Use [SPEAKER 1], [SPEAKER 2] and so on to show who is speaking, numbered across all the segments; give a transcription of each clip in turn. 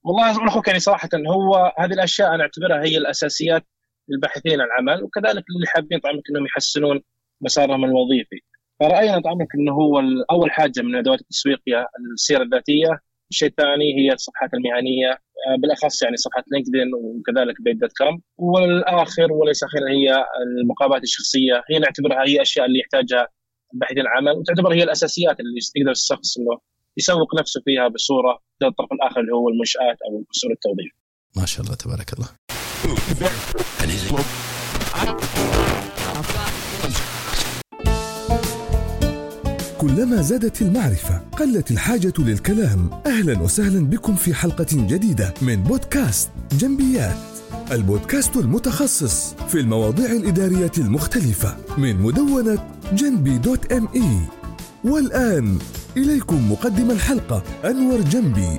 [SPEAKER 1] والله أقول أخوك يعني صراحة هو هذه الأشياء أنا أعتبرها هي الأساسيات للباحثين عن العمل، وكذلك اللي حابين طبعا أنهم يحسنون مسارهم الوظيفي. فرأينا طبعا أنه هو أول حاجة من أدوات التسويق هي السيرة الذاتية. الشيء الثاني هي الصفحات المهنية، بالاخص يعني صفحه لينكدين وكذلك بيت دوت كوم. والاخر وليس اخيرا هي المقابلات الشخصيه، هي نعتبرها هي الاشياء اللي يحتاجها الباحثين العمل، وتعتبر هي الاساسيات اللي يقدر الشخص انه يسوق نفسه فيها بصوره الطرف الاخر اللي هو المنشات او بصوره التوظيف.
[SPEAKER 2] ما شاء الله تبارك الله.
[SPEAKER 3] كلما زادت المعرفة قلت الحاجة للكلام. أهلا وسهلا بكم في حلقة جديدة من بودكاست جنبيات، البودكاست المتخصص في المواضيع الإدارية المختلفة من مدونة جنبي دوت ام اي. والآن إليكم مقدم الحلقة أنور جنبي.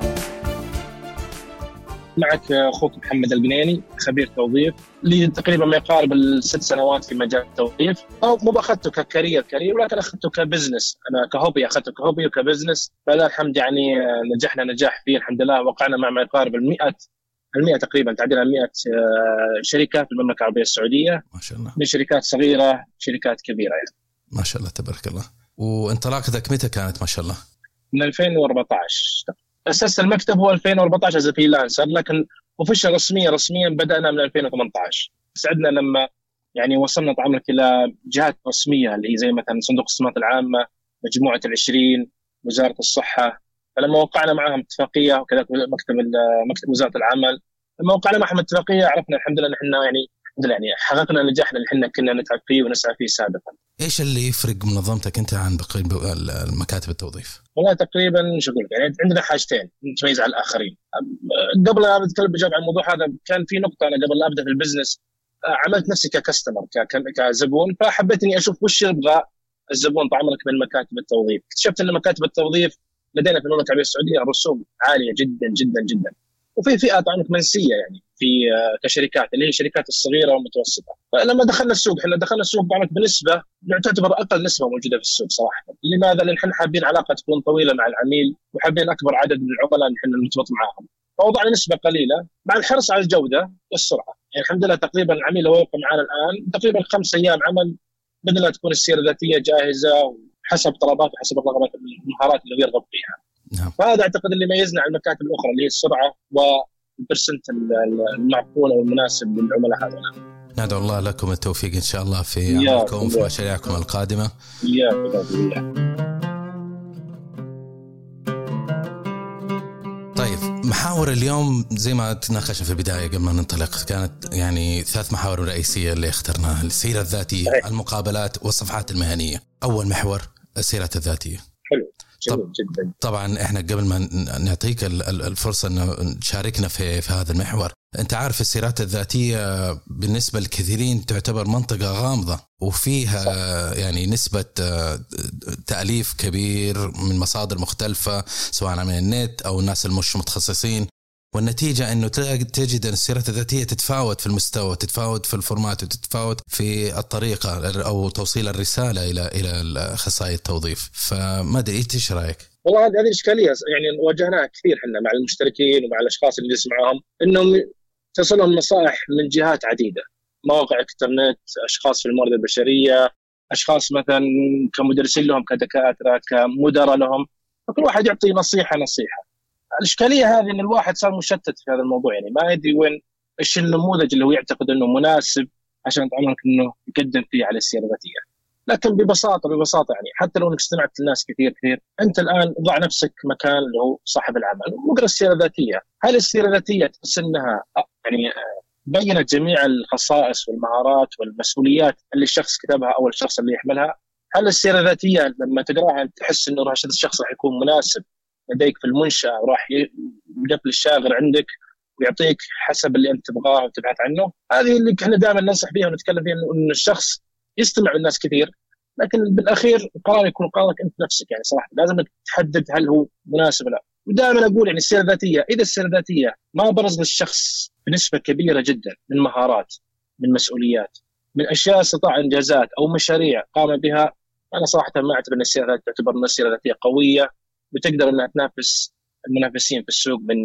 [SPEAKER 1] معك أخوك محمد البنيني، خبير توظيف لي تقريبا ما يقارب ال6 سنوات في مجال التوظيف. أو مو أخذته ككارير ولكن أخذته كبزنس. أنا كهوبي أخذته كهوبي وكبزنس، فلا الحمد يعني نجحنا نجاح فيه الحمد لله. وقعنا مع ما يقارب المئة تقريبا، تعدينا 100 شركة في المملكة العربية السعودية.
[SPEAKER 2] ما شاء الله.
[SPEAKER 1] من شركات صغيرة شركات كبيرة يعني.
[SPEAKER 2] ما شاء الله تبارك الله. وانطلاقتك متى كانت ما شاء الله؟
[SPEAKER 1] من 2014. أسست المكتب هو 2014 از فريلانسر، لكن وفشل رسميا بدأنا من 2018. سعدنا لما يعني وصلنا طبعا إلى جهات رسمية اللي هي زي مثلا صندوق الاستثمارات العامة، مجموعة ال20، وزارة الصحة. فلما وقعنا معهم اتفاقية، وكذلك مكتب وزارة العمل، لما وقعنا معهم اتفاقية عرفنا الحمد لله ان احنا يعني حققنا النجاح اللي احنا كنا نتعب فيه ونسعى فيه سابقا.
[SPEAKER 2] ايش اللي يفرق منظمتك انت عن باقي المكاتب التوظيف؟
[SPEAKER 1] والله تقريبا شو اقول يعني عندنا حاجتين نتميز عن الاخرين. قبل لا اتكلم بجواب عن الموضوع هذا، كان في نقطه انا قبل لا ابدا في البزنس عملت نفسي ككستمر كزبون، فحبيت اني اشوف وش يبغى الزبون طبعا من مكاتب التوظيف. اكتشفت ان مكاتب التوظيف لدينا في المملكه العربيه السعوديه رسوم عاليه جدا جدا جدا، وفي فئه طبعا منسيه يعني في كشركات اللي هي الشركات الصغيره والمتوسطه. فلما دخلنا السوق طبعا بنسبه تعتبر اقل نسبه موجوده في السوق صراحه. لماذا؟ لان احنا حابين علاقه تكون طويله مع العميل، وحابين اكبر عدد من العملاء اللي احنا نرتبط معاهم، فوضعنا نسبه قليله مع الحرص على الجوده والسرعه. يعني الحمد لله تقريبا العميل لو يبقى معنا الان تقريبا 5 أيام عمل بدل لا تكون السيره الذاتيه جاهزه حسب طلباته وحسب الرغبات المهارات اللي يرغب فيها.
[SPEAKER 2] نعم.
[SPEAKER 1] فهذا اعتقد اللي يميزنا عن المكاتب الاخرى اللي هي السرعه والبرسنت المعقول او المناسب للعملاء هذول.
[SPEAKER 2] ندعو الله لكم التوفيق ان شاء الله في عملكم وفي مشاريعكم القادمه. طيب، محاور اليوم زي ما تناقشنا في البدايه قبل ما ننطلق كانت يعني 3 محاور رئيسيه اللي اخترناها: السيره الذاتيه، المقابلات، والصفحات المهنيه. اول محور السيره الذاتيه.
[SPEAKER 1] حلو جدا.
[SPEAKER 2] طبعا احنا قبل ما نعطيك الفرصه ان تشاركنا في هذا المحور، انت عارف السيرات الذاتيه بالنسبه للكثيرين تعتبر منطقه غامضه، وفيها يعني نسبه تاليف كبير من مصادر مختلفه سواء من النت او الناس المش متخصصين، والنتيجة أنه تجد أن السيرة الذاتية تتفاوت في المستوى، تتفاوت في الفورمات، وتتفاوت في الطريقة أو توصيل الرسالة إلى الأخصائي التوظيف. فما أدري إيش رأيك؟
[SPEAKER 1] والله هذه إشكالية يعني واجهناها كثير حنا مع المشتركين ومع الأشخاص اللي يسمعهم، إنهم تصلهم نصائح من جهات عديدة، مواقع إنترنت، أشخاص في الموارد البشرية، أشخاص مثلا كمدرسين لهم، كدكاترة، كمدراء لهم، فكل واحد يعطي نصيحة. الإشكالية هذه إن الواحد صار مشتت في هذا الموضوع، يعني ما يدري وين إيش النموذج اللي هو يعتقد إنه مناسب عشان يتعامل إنه يقدم فيه على السيرة الذاتية. لكن ببساطة يعني حتى لو إنك استمعت للناس كثير أنت الآن ضع نفسك مكان اللي هو صاحب العمل وقرأ السيرة الذاتية. هل السيرة الذاتية تحس إنها يعني بينت جميع الخصائص والمهارات والمسؤوليات اللي الشخص كتبها أو الشخص اللي يحملها؟ هل السيرة الذاتية لما تقرأها تحس إنه هذا الشخص راح يكون مناسب لديك في المنشأ، راح يقفل الشاغر عندك ويعطيك حسب اللي أنت تبغاه وتبحث عنه؟ هذه اللي احنا دائما ننصح فيها ونتكلم فيها، إنه الشخص يستمع للناس كثير، لكن بالأخير القرار يكون قرارك أنت نفسك. يعني صراحة لازم تحدد هل هو مناسب لا. ودائما أقول يعني السيرة الذاتية، إذا السيرة الذاتية ما برز للشخص بنسبة كبيرة جدا من مهارات، من مسؤوليات، من أشياء استطاع إنجازات أو مشاريع قام بها، أنا صراحة ما أعتبر أن السيرة الذاتية تعتبر أن السيرة الذاتية قوية وتقدر أنها تنافس المنافسين في السوق من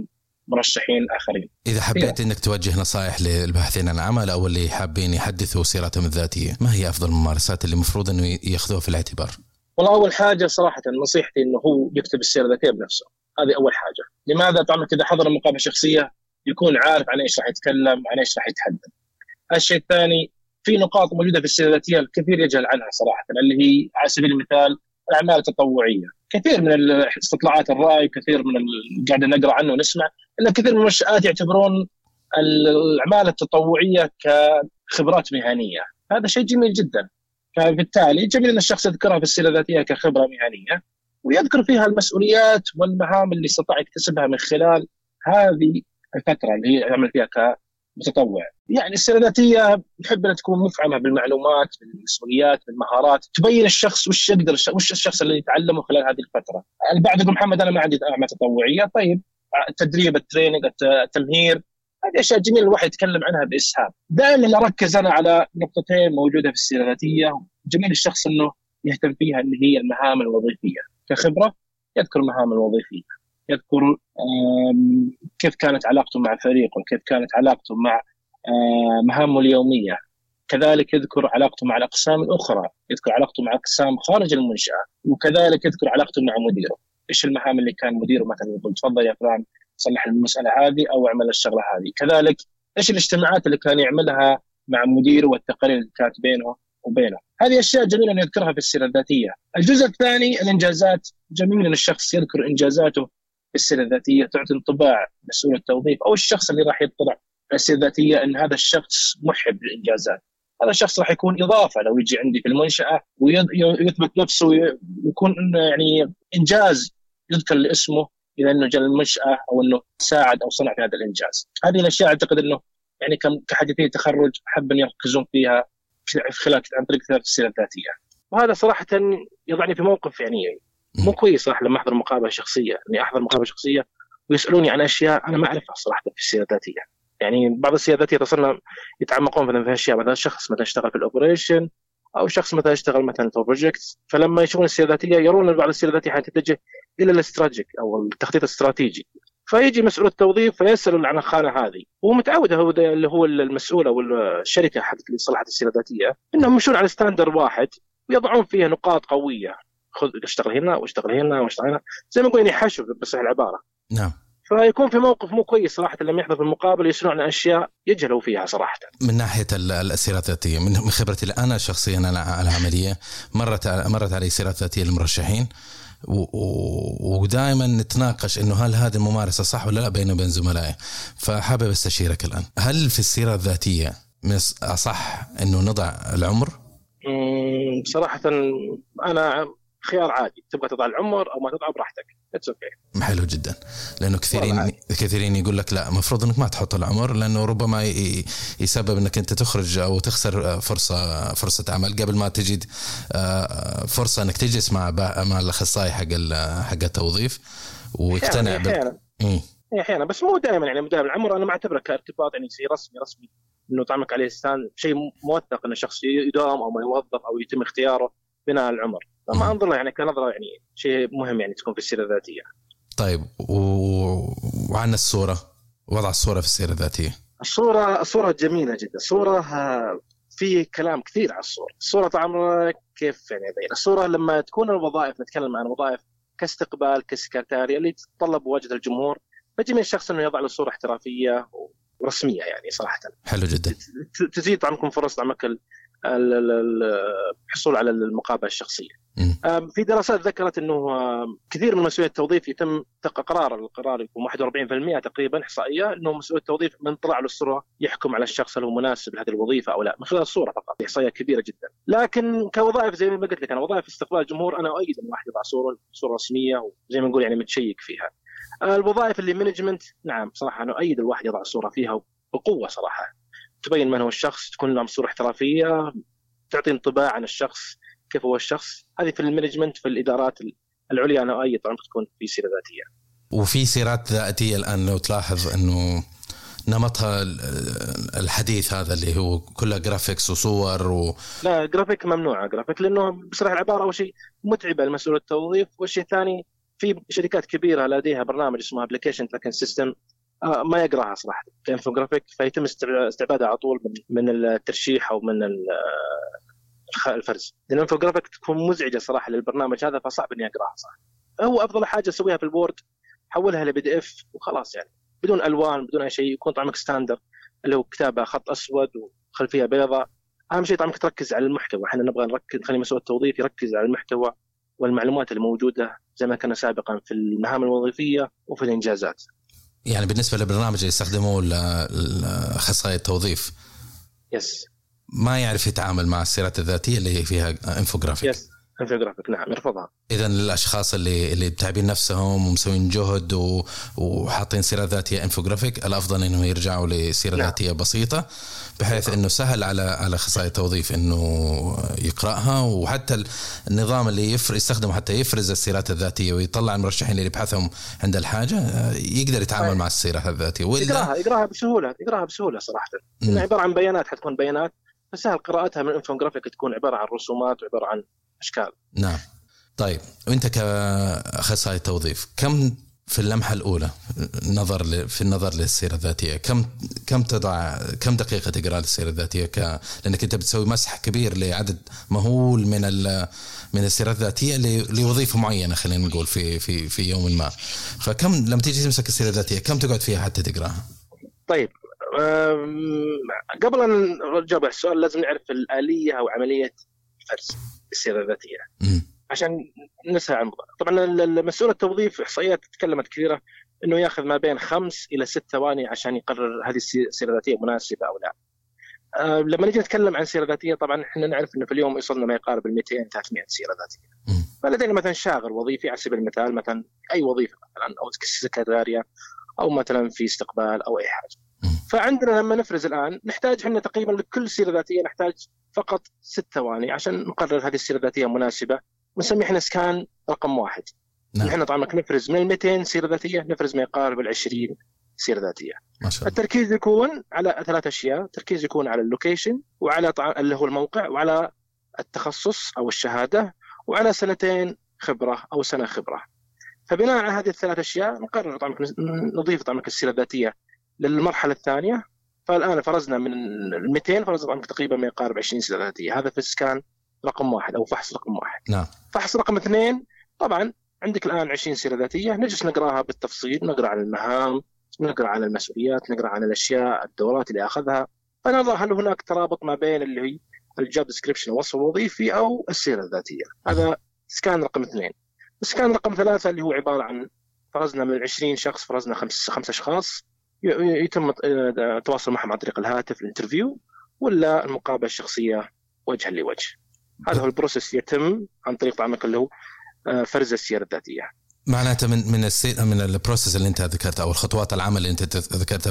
[SPEAKER 1] مرشحين آخرين.
[SPEAKER 2] إذا حبيت أنك توجه نصائح للباحثين عن عمل أو اللي حابين يحدثوا سيرتهم الذاتية، ما هي أفضل الممارسات اللي مفروض أنه يأخذوها في الاعتبار؟
[SPEAKER 1] والله أول حاجة صراحة نصيحتي أنه هو يكتب السيرة الذاتية بنفسه، هذه أول حاجة. لماذا؟ طبعا إذا حضر مقابلة شخصية يكون عارف عن إيش راح يتكلم، عن إيش راح يتحدث. الشيء الثاني، في نقاط موجودة في السيرة الذاتية الكثير يجهل عنها صراحة، اللي هي على سبيل المثال الأعمال التطوعية. كثير من استطلاعات الرأي، كثير من قاعد نقرأ عنه ونسمع أن كثير من المنشآت يعتبرون الأعمال التطوعية كخبرات مهنية. هذا شيء جميل جدا. فبالتالي جميل أن الشخص يذكرها في السيرة الذاتية كخبرة مهنية، ويذكر فيها المسؤوليات والمهام اللي استطاع يكتسبها من خلال هذه الفترة اللي هي يعمل فيها كمتطوع. يعني السيرة الذاتية نحب أن تكون مفعمة بالمعلومات، بالمسؤوليات، بالمهارات، تبين الشخص وش يقدر، وش الشخص اللي يتعلمه خلال هذه الفترة. البعض يقول محمد أنا ما عندي أعمال تطوعية. طيب التدريب، التريننج، التمهير، هذه أشياء جميلة الواحد يتكلم عنها بإسهاب. دائما أركز أنا على نقطتين موجودة في السيرة الذاتية جميل الشخص أنه يهتم فيها، اللي هي المهام الوظيفية. كخبرة يذكر المهام الوظيفية، يذكر كيف كانت علاقته مع فريقه، كيف كانت علاقته مع مهامه اليومية. كذلك يذكر علاقته مع الأقسام الأخرى، يذكر علاقته مع أقسام خارج المنشأة، وكذلك يذكر علاقته مع مديره. إيش المهام اللي كان مديره مثلا يقول تفضل يا فلان صلح المسألة هذه أو اعمل الشغلة هذه. كذلك إيش الاجتماعات اللي كان يعملها مع مديره والتقارير اللي كانت بينه وبينه. هذه أشياء جميلة أن يذكرها في السيرة الذاتية. الجزء الثاني الإنجازات. جميل أن الشخص يذكر إنجازاته في السيرة الذاتية، تعطي انطباع مسؤول التوظيف أو الشخص اللي راح يطلع في السيرة الذاتية أن هذا الشخص محب للإنجازات. هذا الشخص راح يكون إضافة لو يجي عندي في المنشأة ويثبت نفسه ويكون يعني إنجاز يذكر لاسمه إذا أنه جاء المنشأة أو أنه ساعد أو صنع في هذا الإنجاز. هذه الأشياء أعتقد أنه يعني كحديثي تخرج أحب أن يركزون فيها في خلال عن طريق كتابة السيرة الذاتية. وهذا صراحة يضعني في موقف يعني مو كويس صراحة لما أحضر مقابلة شخصية، إني أحضر مقابلة شخصية ويسألوني عن أشياء أنا ما أعرفها صراحة في السيرة الذاتية. يعني بعض السيرة الذاتية تصلنا يتعمقون في أشياء، مثلا شخص مثلا اشتغل في الأوبريشن أو شخص مثلا يشتغل مثلا في بروجكت، فلما يشوفون السيرة الذاتية يرون بعض السيرة الذاتية حتتجه إلى الاستراتيجي أو التخطيط الاستراتيجي، فيجي مسؤول التوظيف فيسأل عن الخانة هذه. هو متعود هو اللي هو المسؤول أو الشركة حق اللي صلحت السيرة الذاتية إنهم يمشون على ستاندر واحد ويضعون فيها نقاط قوية، خذ اشتغل هنا واشتغل هنا واشتغل هنا، زي ما يقولون يحشوا بصح العبارة.
[SPEAKER 2] نعم.
[SPEAKER 1] فيكون في موقف مو كويس صراحة لما يحضر في المقابلة يسألون عن أشياء يجهلوا فيها صراحة.
[SPEAKER 2] من ناحية السيرة الذاتية، من خبرتي أنا شخصيا أنا العملية مرت علي سيرة ذاتية للمرشحين، ودائما نتناقش إنه هل هذه الممارسة صح ولا لا بيني وبين زملائي. فحابب استشيرك الآن، هل في السيرة الذاتية أصح إنه نضع العمر؟
[SPEAKER 1] صراحة أنا خيار عادي، تبغى تضع العمر أو ما تضع براحتك.
[SPEAKER 2] okay. حلو جدا، لأنه كثيرين يقول لك لا مفروض إنك ما تحط العمر، لأنه ربما يسبب إنك أنت تخرج أو تخسر فرصة عمل قبل ما تجد فرصة إنك تجلس مع الأخصائي حق التوظيف ويقتنع
[SPEAKER 1] أحيانا بس مو دائما. يعني مدام العمر أنا ما أعتبره كارتباط يعني شيء رسمي إنه طعمك عليه ستان شيء موثق إن الشخص يداوم أو ما يوظف أو يتم اختياره بناء العمر. فما أنظر يعني كنظرة يعني شيء مهم يعني تكون في السيرة الذاتية.
[SPEAKER 2] طيب وعن الصورة، وضع الصورة في السيرة الذاتية.
[SPEAKER 1] الصورة جميلة جدا. الصورة في كلام كثير على الصورة طبعا كيف يعني بين الصورة لما تكون الوظائف، نتكلم عن وظائف كاستقبال كسكرتاري اللي تتطلب وجه الجمهور، فجميل الشخص إنه يضع له صورة احترافية ورسمية يعني صراحة.
[SPEAKER 2] حلو جدا.
[SPEAKER 1] تزيد طعمكم فرص طعمك الحصول على المقابلة الشخصية. في دراسات ذكرت أنه كثير من مسؤولية التوظيف يتم القرار يكون 41% تقريبا إحصائية أنه مسؤول التوظيف من طلع له الصورة يحكم على الشخص هل هو مناسب لهذه الوظيفة أو لا من خلال الصورة فقط. إحصائية كبيرة جدا. لكن كوظائف زي ما قلت لك أنا وظائف استقبال الجمهور أنا أؤيد أن واحد يضع صورة رسمية وزي ما نقول يعني متشيك فيها. الوظائف اللي مانجمنت نعم صراحة أنا أؤيد الواحد يضع الصورة فيها بقوة صراحة، تبين من هو الشخص، تكون له صورة احترافية، تعطي انطباع عن الشخص كيف هو الشخص. هذه في المانجمنت في الإدارات العليا أنا أؤيد طبعا تكون في سيرة ذاتية.
[SPEAKER 2] وفي سيرات ذاتية الآن لو تلاحظ أنه نمطها الحديث هذا اللي هو كلها جرافيكس وصور
[SPEAKER 1] لا جرافيك ممنوعة جرافيك لأنه بصراحة العبارة أول شيء متعبة لمسؤول التوظيف، والشيء الثاني في شركات كبيرة لديها برنامج اسمه application tracking system ما يقراها صراحه كانفوجرافيك، فيتم استعبادها على طول من الترشيح او من الفرز، لان الانفوجرافيك تكون مزعجه صراحه للبرنامج هذا، فصعب اني اقراها صراحه. هو افضل حاجه اسويها في البورد، حولها لبي دي اف وخلاص، يعني بدون الوان بدون اي شيء، يكون طعمك ستاندر اللي هو كتابه خط اسود وخلفيه بيضاء. اهم شيء طعمك تركز على المحتوى، احنا نبغى نخلي مسؤول التوظيف يركز على المحتوى والمعلومات الموجوده زي ما كان سابقا في المهام الوظيفيه وفي الانجازات.
[SPEAKER 2] يعني بالنسبه للبرنامج اللي يستخدموه اخصائي التوظيف،
[SPEAKER 1] يس،
[SPEAKER 2] ما يعرف يتعامل مع السيرات الذاتيه اللي فيها انفوجرافيك.
[SPEAKER 1] يس، انفوجرافيك نعم يرفضها.
[SPEAKER 2] اذا الاشخاص اللي بتعبين نفسهم ومسوين جهد وحاطين سيره ذاتيه انفوجرافيك، الافضل انه يرجعوا لسيره ذاتيه بسيطه، بحيث انه سهل على اخصائي التوظيف انه يقراها، وحتى النظام اللي يستخدمه حتى يفرز السيرات الذاتيه ويطلع المرشحين اللي يبحثهم عند الحاجه يقدر يتعامل مع السيره الذاتيه.
[SPEAKER 1] يقراها بسهوله صراحه، لأنها عباره عن بيانات، حتكون بيانات فسهل قراءتها. من الانفوجرافيك تكون عباره عن رسومات وعباره عن اشكال.
[SPEAKER 2] نعم. طيب وانت كاخصائي توظيف، كم في اللمحه الاولى في النظر للسيره الذاتيه كم دقيقه تقرا للسيره الذاتيه لانك انت بتسوي مسح كبير لعدد مهول من السيرات الذاتيه لوظيفه معينه، خلينا نقول في يوم ما، فكم لما تيجي تمسك السيره الذاتيه كم تقعد فيها حتى تقراها؟
[SPEAKER 1] طيب قبل أن نجاوب على السؤال لازم نعرف الآلية أو عملية فرز السيرة الذاتية عشان نسهل الموضوع. طبعا المسؤول التوظيف إحصائيات تكلمت كثيرة إنه يأخذ ما بين 5 إلى 6 ثواني عشان يقرر هذه السيرة الذاتية مناسبة أو لا. لما نيجي نتكلم عن سيرة ذاتية، طبعا إحنا نعرف إنه في اليوم يصلنا ما يقارب 200-300 سيرة ذاتية. فلدينا مثلا شاغل وظيفي على سبيل المثال، مثلا أي وظيفة مثلا أو سكرتارية أو مثلا في استقبال أو أي حاجة. فعندنا لما نفرز الآن نحتاج إحنا تقريبا لكل سيرة ذاتية نحتاج فقط 6 ثواني عشان نقرر هذه السيرة الذاتية مناسبة، ونسمي إحنا سكان رقم 1. نعم. إحنا طبعا نفرز من 200 سيرة ذاتية نفرز ما يقارب 20 سيرة ذاتية. التركيز يكون على 3 أشياء، التركيز يكون على اللوكيشن وعلى اللي هو الموقع وعلى التخصص أو الشهادة وعلى 2 خبرة أو 1 خبرة. فبناء على هذه ال3 أشياء نقرر طبعا نضيف طبعا السيرة الذاتية للمرحلة الثانية. فالآن فرزنا من 200 فرزنا تقريبا ما يقارب 20 سيرة ذاتية، هذا في السكان رقم 1 أو فحص رقم 1.
[SPEAKER 2] نعم.
[SPEAKER 1] فحص رقم 2 طبعا عندك الآن 20 سيرة ذاتية، نجلس نقراها بالتفصيل، نقرأ عن المهام، نقرأ عن المسؤوليات، نقرأ عن الأشياء الدورات اللي أخذها، فنرى هل هناك ترابط ما بين اللي هي الجوب ديسكريبشن الوصف الوظيفي أو السيرة الذاتية. هذا سكان رقم 2. سكان رقم 3 اللي هو عبارة عن فرزنا من 20 شخص فرزنا 5 أشخاص يتم التواصل معهم عن طريق الهاتف، الانترفيو ولا المقابلة الشخصية وجها لوجه. هذا هو البروسيس يتم عن طريق طعمك اللي هو فرز السيرة الذاتية.
[SPEAKER 2] معناته من البروسيس اللي انت ذكرتها او الخطوات العمل اللي انت ذكرتها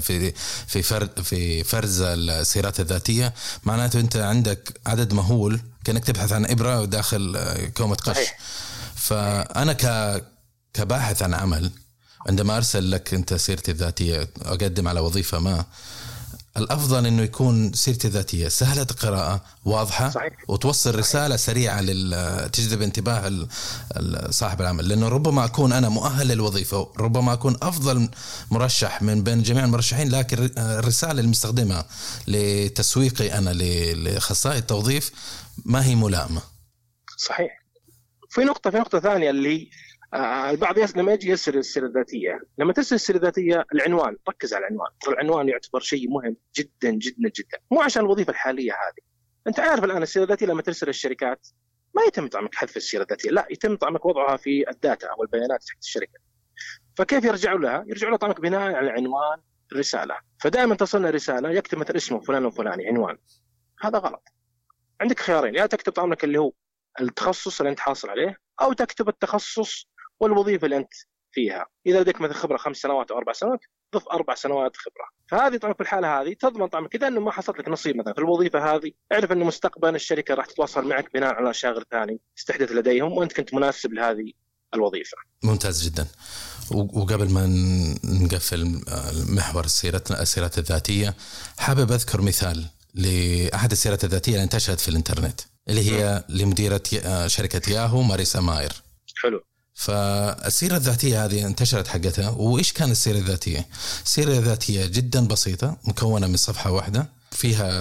[SPEAKER 2] في فرز السيرات الذاتيه، معناته انت عندك عدد مهول كأنك تبحث عن ابره داخل كومه قش. صحيح. فانا كباحث عن عمل عندما ارسل لك انت سيرتي الذاتيه اقدم على وظيفه ما، الأفضل إنه يكون سيرتي الذاتية سهلة القراءة واضحة. صحيح. وتوصل رسالة سريعة تجذب انتباه صاحب العمل، لأنه ربما أكون أنا مؤهل للوظيفة، ربما أكون أفضل مرشح من بين جميع المرشحين، لكن الرسالة المستخدمة لتسويقي أنا لأخصائي التوظيف ما هي ملائمة.
[SPEAKER 1] صحيح. في نقطة ثانية اللي البعض لما يجي يسر السيرة الذاتية، لما تسر السيرة الذاتية العنوان، ركز على العنوان. العنوان يعتبر شيء مهم جدا جدا جدا، مو عشان الوظيفة الحالية هذه. أنت عارف الآن السيرة الذاتية لما ترسل الشركات ما يتم طعمك حذف السيرة الذاتية، لا يتم طعمك وضعها في الداتا أو البيانات تحت الشركة. فكيف يرجعوا لها؟ يرجعوا لها طعمك بناء على عنوان الرسالة. فدائما تصلنا رسالة يكتب مثل اسمه فلان وفلاني عنوان، هذا غلط. عندك خيارين، يا تكتب طعمك اللي هو التخصص اللي أنت حاصل عليه، أو تكتب التخصص والوظيفة اللي أنت فيها. إذا لديك مثل خبرة 5 سنوات أو 4 سنوات ضف 4 سنوات خبرة. فهذه طبعا في الحالة هذه تضمن طبعا كذا أنه ما حصلت لك نصيب مثلا في الوظيفة هذه، اعرف أنه مستقبلا الشركة راح تتواصل معك بناء على شاغر ثاني استحدث لديهم وأنت كنت مناسب لهذه الوظيفة.
[SPEAKER 2] ممتاز جدا. وقبل ما نقفل محور السيرات الذاتية، حابب أذكر مثال لأحد السيرات الذاتية اللي انتشرت في الإنترنت، اللي هي لمديرة شركة ياهو ماريسا ماير.
[SPEAKER 1] حلو.
[SPEAKER 2] فالسيرة الذاتية هذه انتشرت حقتها. وإيش كان السيرة الذاتية؟ السيرة الذاتية جدا بسيطة، مكونة من صفحة واحدة، فيها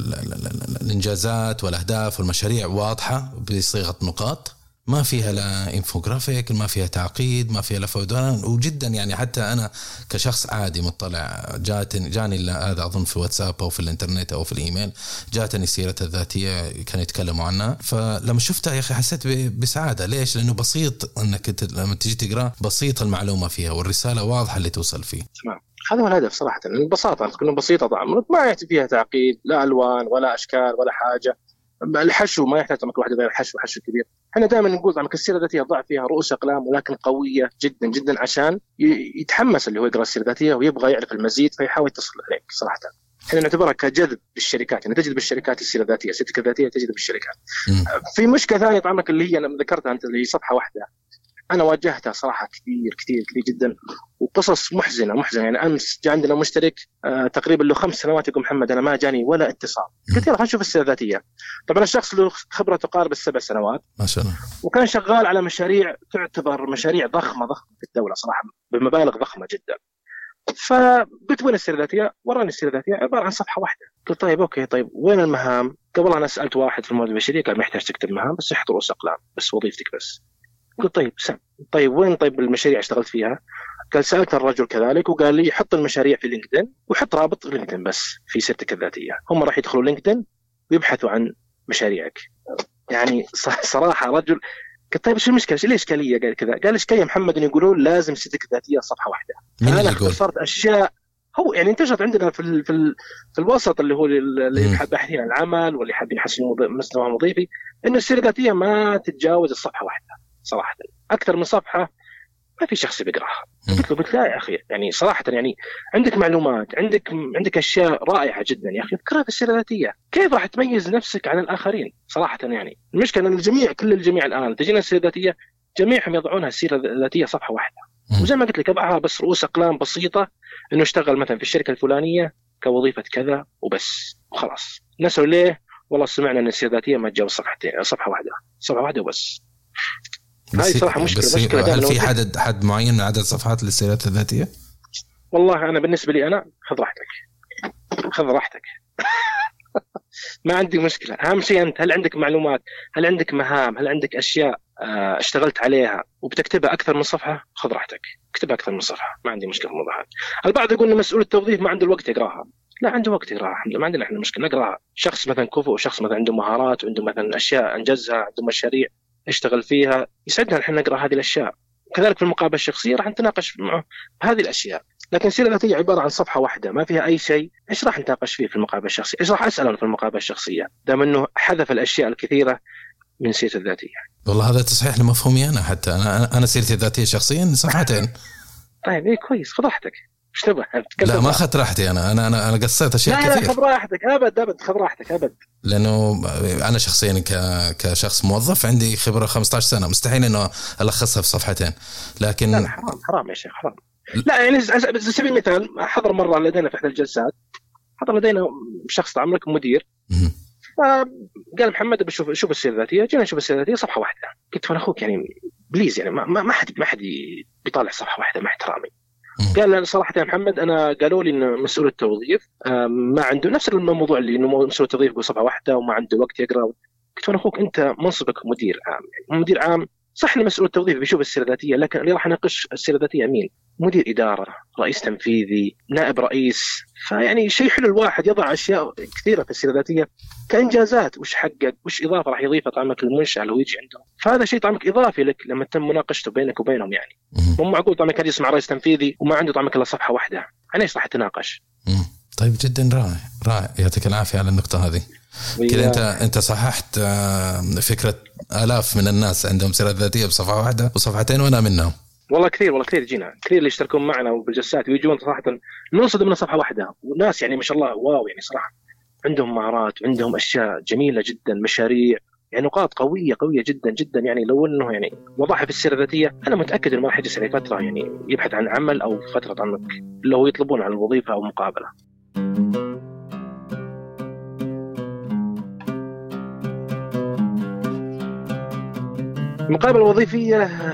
[SPEAKER 2] الإنجازات والأهداف والمشاريع واضحة بصيغة نقاط، ما فيها لا إنفوغرافيك، ما فيها تعقيد، ما فيها لفودان. وجدا يعني حتى أنا كشخص عادي مطلع جاني هذا أظن في واتساب أو في الإنترنت أو في الإيميل، جاتني سيرة الذاتية كانوا يتكلموا عنها. فلما شفتها يا أخي حسيت بسعادة. ليش؟ لأنه بسيط، أنك لما تيجي تقرأ بسيط المعلومة فيها والرسالة واضحة اللي توصل فيه.
[SPEAKER 1] تمام، هذا هو الهدف صراحة، البساطة، تكون بسيطة طبعا، ما يحتاج فيها تعقيد، لا ألوان ولا أشكال ولا حاجة. الحشو ما يحتاج واحد غير حشو كبير. احنا دائما نقول عن السيرة الذاتية ضع فيها رؤوس أقلام ولكن قوية جدا جدا، عشان يتحمس اللي هو يقرأ السيرة الذاتية ويبغى يعرف المزيد فيحاول يتصل إليك. صراحة احنا نعتبرها كجذب بالشركات، يعني تجذب الشركات السيرة الذاتية، سيرتك الذاتية تجذب الشركات. في مشكلة ثانية طبعا اللي هي أنا ذكرتها أنت، اللي هي صفحة واحدة، أنا واجهتها صراحة كثير جدا، وقصص محزنة. يعني أمس جاء عندنا مشترك تقريبا له 5 سنوات يقول محمد أنا ما جاني ولا اتصال. قلت يلا خلينا نشوف السيرة الذاتية. طبعا الشخص له خبرة تقارب 7 سنوات
[SPEAKER 2] ما شاء الله،
[SPEAKER 1] وكان شغال على مشاريع تعتبر مشاريع ضخمة في الدولة صراحة بمبالغ ضخمة جدا. فقلت وين السيرة الذاتية؟ وراني السيرة الذاتية عبارة عن صفحة واحدة. قلت طيب أوكي، طيب وين المهام؟ قبل أنا سألت واحد في الموارد البشرية قال ما يحتاج تكتب مهام، بس يحط رؤوس أقلام بس وظيفتك بس. قلت طيب وين المشاريع اشتغلت فيها؟ قال سألت الرجل كذلك وقال لي حط المشاريع في لينكدين وحط رابط لينكدين بس في سيرتك الذاتية. هم راح يدخلوا لينكدين ويبحثوا عن مشاريعك. يعني صراحة رجل. قلت طيب ايش المشكلة؟ ايش الإشكالية؟ قال كذا. قال إشكالية محمد إن يقولون لازم سيرتك الذاتية صفحة واحدة. أنا اختصرت أشياء هو يعني انتشرت عندنا في الوسط اللي هو اللي يحب باحثين عن العمل واللي يحب يحسنوا مستوى وظيفي، إنه السيرة الذاتية ما تتجاوز الصفحة واحدة. صراحة أكثر من صفحة ما في شخص بيقرأها. قلت لا يا أخي، يعني صراحة يعني عندك معلومات، عندك أشياء رائعة جدا يا أخي، اذكرها في السيرة الذاتية. كيف راح تميز نفسك عن الآخرين؟ صراحة يعني المشكلة أن كل الجميع الآن تجينا السيرة الذاتية جميعهم يضعونها السيرة الذاتية صفحة واحدة. وزي ما قلت لك أضعها بس رؤوس أقلام بسيطة، إنه اشتغل مثلا في الشركة الفلانية كوظيفة كذا وبس وخلاص. نسأل ليه؟ والله سمعنا أن السيرة الذاتية ما تجاوز صفحة واحدة وبس. هاي صراحة مشكلة.
[SPEAKER 2] هل في حد معين من عدد صفحات للسيرات الذاتية؟
[SPEAKER 1] والله أنا بالنسبة لي أنا خذ راحتك ما عندي مشكلة. أهم شيء أنت هل عندك معلومات، هل عندك مهام، هل عندك أشياء اشتغلت عليها وبتكتبها أكثر من صفحة، خذ راحتك اكتبها أكثر من صفحة، ما عندي مشكلة في الموضوع هذا. البعض يقول إن مسؤول التوظيف ما عنده الوقت يقراها. لا، عنده وقت يقراها، ما عندنا احنا مشكلة نقراها. شخص مثلا كفؤ وشخص مثلا عنده مهارات وعنده مثلا أشياء أنجزها، عنده مشاريع اشتغل فيها، يسعدنا نحن نقرأ هذه الأشياء. كذلك في المقابلة الشخصية راح نتناقش معه بهذه الأشياء. لكن السيرة الذاتية عبارة عن صفحة واحدة ما فيها أي شيء، إيش راح نتناقش فيه في المقابلة الشخصية؟ إيش راح أسأله في المقابلة الشخصية دام أنه حذف الأشياء الكثيرة من سيرة الذاتية؟
[SPEAKER 2] والله هذا تصحيح لمفهومي أنا. حتى أنا سيرتي الذاتية شخصيا صفحتين.
[SPEAKER 1] طيب إيه كويس، خذ راحتك. ايش تبغى؟
[SPEAKER 2] لا ما أخذت راحتي، أنا قصيت أشياء كثير.
[SPEAKER 1] لا خذ راحتك أبد خذ راحتك أبد.
[SPEAKER 2] لأنه أنا شخصيا كشخص موظف عندي خبرة 15 سنة، مستحيل إنه ألخصها في صفحتين. لكن
[SPEAKER 1] لا حرام يا شيخ، حرام. لا يعني على سبيل المثال حضر مرة لدينا في إحدى الجلسات، حضر لدينا شخص عملك مدير، فقال محمد بشوف السيرة الذاتية. جينا نشوف السيرة الذاتية صفحة واحدة. قلت أنا أخوك يعني بليز يعني ما حد بيطالع صفحة واحدة مع احترامي. قال صراحة يا محمد أنا قالوا لي إن مسؤول التوظيف ما عنده نفس الموضوع اللي إنه مسؤول التوظيف يقول صفحة واحدة وما عنده وقت يقرأ. قلت أنا أخوك أنت منصبك مدير عام، يعني مدير عام صح إن مسؤول التوظيف بيشوف السيرة الذاتية، لكن اللي راح نناقش السيرة الذاتية مين؟ مدير إدارة، رئيس تنفيذي، نائب رئيس. فيعني شيء حلو الواحد يضع أشياء كثيرة في السيرة الذاتية كإنجازات، وش حقق، وش إضافة راح يضيفها طعمك المنشأ لو يجي عندهم. فهذا شيء طعمك إضافي لك لما تم مناقشته بينك وبينهم. يعني مو معقول طعمك كان يسمع رئيس تنفيذي وما عنده طعمك إلا صفحة واحدة، عن إيش راح تناقش؟
[SPEAKER 2] طيب جدا رائع يعطيك العافية على النقطة هذه. كذا أنت صححت فكرة آلاف من الناس عندهم سيرة ذاتية بصفحة واحدة وصفحتين، وأنا منهم.
[SPEAKER 1] والله كثير جينا كثير اللي يشتركون معنا وبالجلسات ويجون صراحة ننصدم من صفحة واحدة، وناس يعني ما شاء الله واو، يعني صراحة عندهم مهارات وعندهم أشياء جميلة جدا، مشاريع، يعني نقاط قوية جدا. يعني لو إنه يعني وضعها في السيرة الذاتية أنا متأكد إنه ما راح يجلس عليه فترة يعني يبحث عن عمل أو فترة عنك لو يطلبون عن الوظيفة أو مقابلة. المقابلة الوظيفية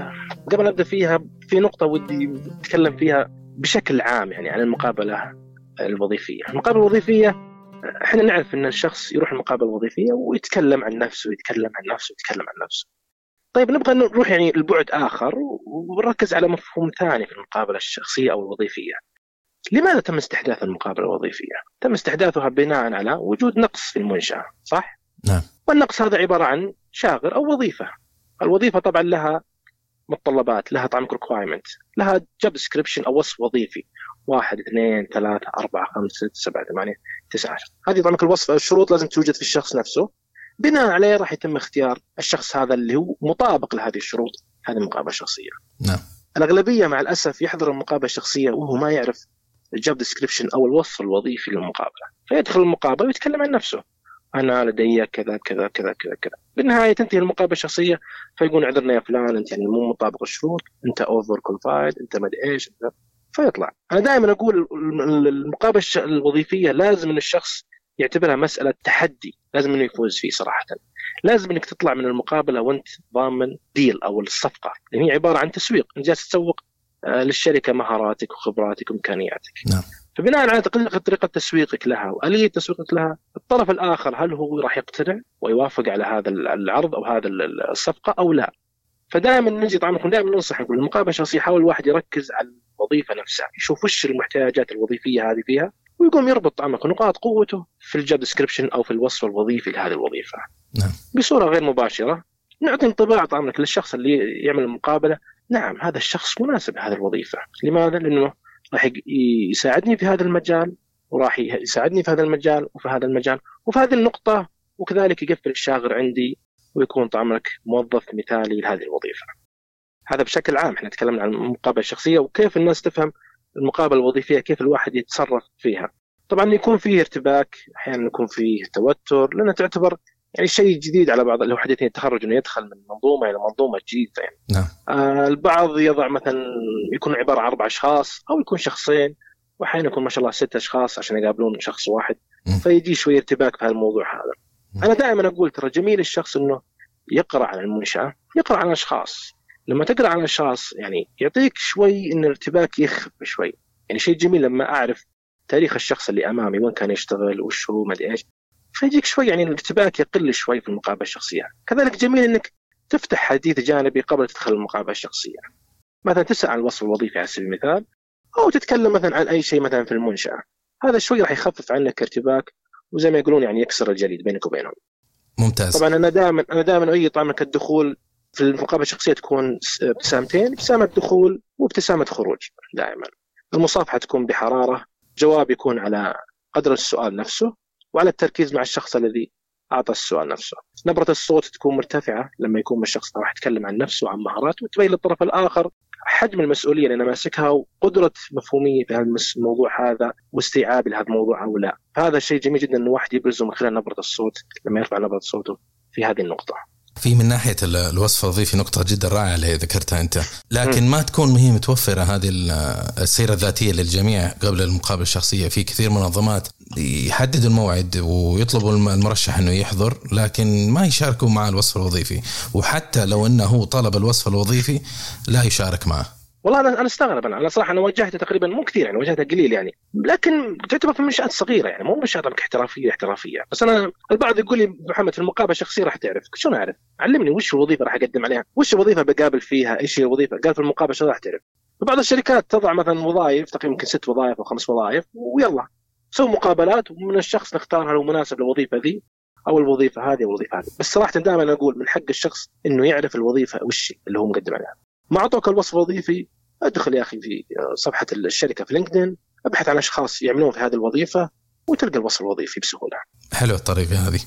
[SPEAKER 1] قبل أبدأ فيها في نقطة ودي أتكلم فيها بشكل عام يعني عن المقابلة الوظيفية. المقابلة الوظيفية احنا نعرف ان الشخص يروح المقابلة الوظيفية ويتكلم عن نفسه ويتكلم عن نفسه ويتكلم عن نفسه. طيب نبغى نروح يعني البعد آخر ونركز على مفهوم ثاني في المقابلة الشخصية أو الوظيفية. لماذا تم استحداث المقابلة الوظيفية؟ تم استحداثها بناء على وجود نقص في المنشأة، صح؟
[SPEAKER 2] نعم.
[SPEAKER 1] والنقص هذا عبارة عن شاغر أو وظيفة. الوظيفة طبعا لها متطلبات، لها طبعا requirement، لها job description أو وصف وظيفي 1 2 3 4 5 6 7 8 9 10. هذه طبعا الوصف الشروط لازم توجد في الشخص نفسه، بناء عليه راح يتم اختيار الشخص هذا اللي هو مطابق لهذه الشروط. هذه مقابلة شخصية.
[SPEAKER 2] نعم.
[SPEAKER 1] الأغلبية مع الأسف يحضر المقابلة الشخصية وهو ما يعرف الجوب ديسكريبشن أو الوصف الوظيفي للمقابلة، فيدخل المقابلة ويتكلم عن نفسه، أنا لدي كذا كذا كذا كذا كذا. بالنهاية تنتهي المقابلة الشخصية فيقول عذرنا يا فلان أنت يعني مو مطابق الشروط، أنت أوفر كواليفايد، أنت ما أدري إيش، فيطلع. أنا دائما أقول المقابلة الوظيفية لازم أن الشخص يعتبرها مسألة تحدي، لازم أنه يفوز فيه صراحة. لازم أنك تطلع من المقابلة وأنت ضامن ديل أو الصفقة، لأن هي عبارة عن تسويق، أنت جالس تسوق للشركة مهاراتك وخبراتك وإمكانياتك.
[SPEAKER 2] نعم.
[SPEAKER 1] فبناء على طريقة تسويقك لها وآلية تسويقك لها، الطرف الآخر هل هو راح يقتنع ويوافق على هذا العرض أو هذا الصفقة أو لا. فدائما نجي طبعا دائما ننصح نقول المقابلة الشخصية يحاول الواحد يركز على الوظيفة نفسها، يشوف وش المحتاجات الوظيفية هذه فيها، ويقوم يربط طبعا نقاط قوته في الجوب ديسكريبشن أو في الوصف الوظيفي لهذه الوظيفة.
[SPEAKER 2] نعم. بصورة
[SPEAKER 1] غير مباشرة نعطي انطباع طبعا للشخص اللي يعمل المقابلة، نعم هذا الشخص مناسب لهذه الوظيفة. لماذا؟ لأنه راح يساعدني في هذا المجال، وراح يساعدني في هذا المجال وفي هذا المجال وفي هذه النقطة، وكذلك يقفل الشاغر عندي ويكون طعمك موظف مثالي لهذه الوظيفة. هذا بشكل عام احنا تكلمنا عن المقابلة الشخصية وكيف الناس تفهم المقابلة الوظيفية، كيف الواحد يتصرف فيها. طبعا يكون فيه ارتباك، أحيانا يكون فيه توتر، لأنه تعتبر يعني شيء جديد على بعض اللي هو حديثين التخرج إنه يدخل من منظومة إلى منظومة جديدة يعني.
[SPEAKER 2] نعم.
[SPEAKER 1] البعض يضع مثلا يكون عبارة عن 4 أشخاص أو يكون شخصين، وأحيانا يكون ما شاء الله 6 أشخاص عشان يقابلون شخص واحد، فيجي شوية ارتباك في هالموضوع هذا. أنا دائما أقول ترى جميل الشخص إنه يقرأ عن المنشأة، يقرأ عن الأشخاص. لما تقرأ عن الأشخاص يعني يعطيك شوي إن الارتباك يخف شوي، يعني شيء جميل لما أعرف تاريخ الشخص اللي أمامي، وين كان يشتغل وش هو ما أدري إيش، فيجيك شوي يعني الارتباك يقل شوي في المقابلة الشخصية. كذلك جميل إنك تفتح حديث جانبي قبل تدخل المقابلة الشخصية، مثلا تسأل عن الوصف الوظيفي على سبيل المثال، أو تتكلم مثلا عن أي شيء مثلا في المنشأة. هذا شوي راح يخفف عنك ارتباك، وزي ما يقولون يعني يكسر الجليد بينك وبينهم.
[SPEAKER 2] ممتاز.
[SPEAKER 1] طبعا أنا دائما أي طبعا الدخول في المقابلة الشخصية تكون ابتسامتين، ابتسامة دخول وابتسامة خروج. دائما المصافحة تكون بحرارة، جواب يكون على قدر السؤال نفسه وعلى التركيز مع الشخص الذي أعطى السؤال نفسه. نبرة الصوت تكون مرتفعة لما يكون الشخص راح يتكلم عن نفسه وعن مهاراته، وتبين للطرف الآخر حجم المسؤولية اللي أنا ماسكها وقدرة مفهومية في هذا الموضوع هذا واستيعابي لهذا الموضوع أو لا. هذا الشيء جميل جدا أن الواحد يبرزه من خلال نبرة الصوت لما يرفع نبرة صوته في هذه النقطة.
[SPEAKER 2] في من ناحية الوصف الوظيفي نقطة جدا رائعة اللي ذكرتها أنت، لكن ما تكون هي متوفرة هذه السيرة الذاتية للجميع قبل المقابلة الشخصية. في كثير من المنظمات يحددوا الموعد ويطلبوا المرشح أنه يحضر، لكن ما يشاركوا مع الوصف الوظيفي، وحتى لو أنه هو طلب الوصف الوظيفي لا يشارك معه.
[SPEAKER 1] والله أنا استغرب. أنا صراحة أنا واجهته تقريبا مو كثير يعني، واجهته قليل يعني، لكن تعتبر في منشآت صغيرة يعني، مو منشآت احترافية. بس أنا البعض يقول لي محمد في المقابلة الشخصية راح تعرف. شو أعرف؟ علمني وش الوظيفة راح أقدم عليها، وش الوظيفة بقابل فيها، إيش هي الوظيفة. قال في المقابلة الشخصية راح تعرف. بعض الشركات تضع مثلا وظائف تقريبا يمكن 6 وظائف أو 5 وظائف، ويلا سووا مقابلات ومن الشخص نختار هل هو مناسب للوظيفة ذي أو الوظيفة هذه والوظيفة هذه. بس صراحة دائما أقول من حق الشخص إنه يعرف الوظيفة وش اللي هو مقدم عليها. ما أعطوك الوصف الوظيفي، ادخل يا أخي في صفحة الشركة في لينكدين، ابحث عن أشخاص يعملون في هذه الوظيفة وتلقى الوصف الوظيفي بسهولة.
[SPEAKER 2] حلو الطريقة هذه.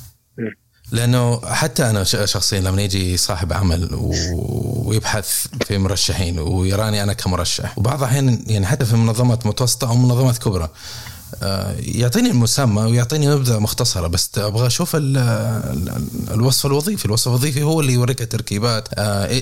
[SPEAKER 2] لأنه حتى أنا شخصيا لما يجي صاحب عمل ويبحث في مرشحين ويراني أنا كمرشح، وبعض الأحيان يعني حتى في منظمات متوسطة أو منظمات كبرى يعطيني المسمى ويعطيني مبدأ مختصرة، بس أبغى أشوف الوصف الوظيفي. الوصف الوظيفي هو اللي يوريك التركيبات،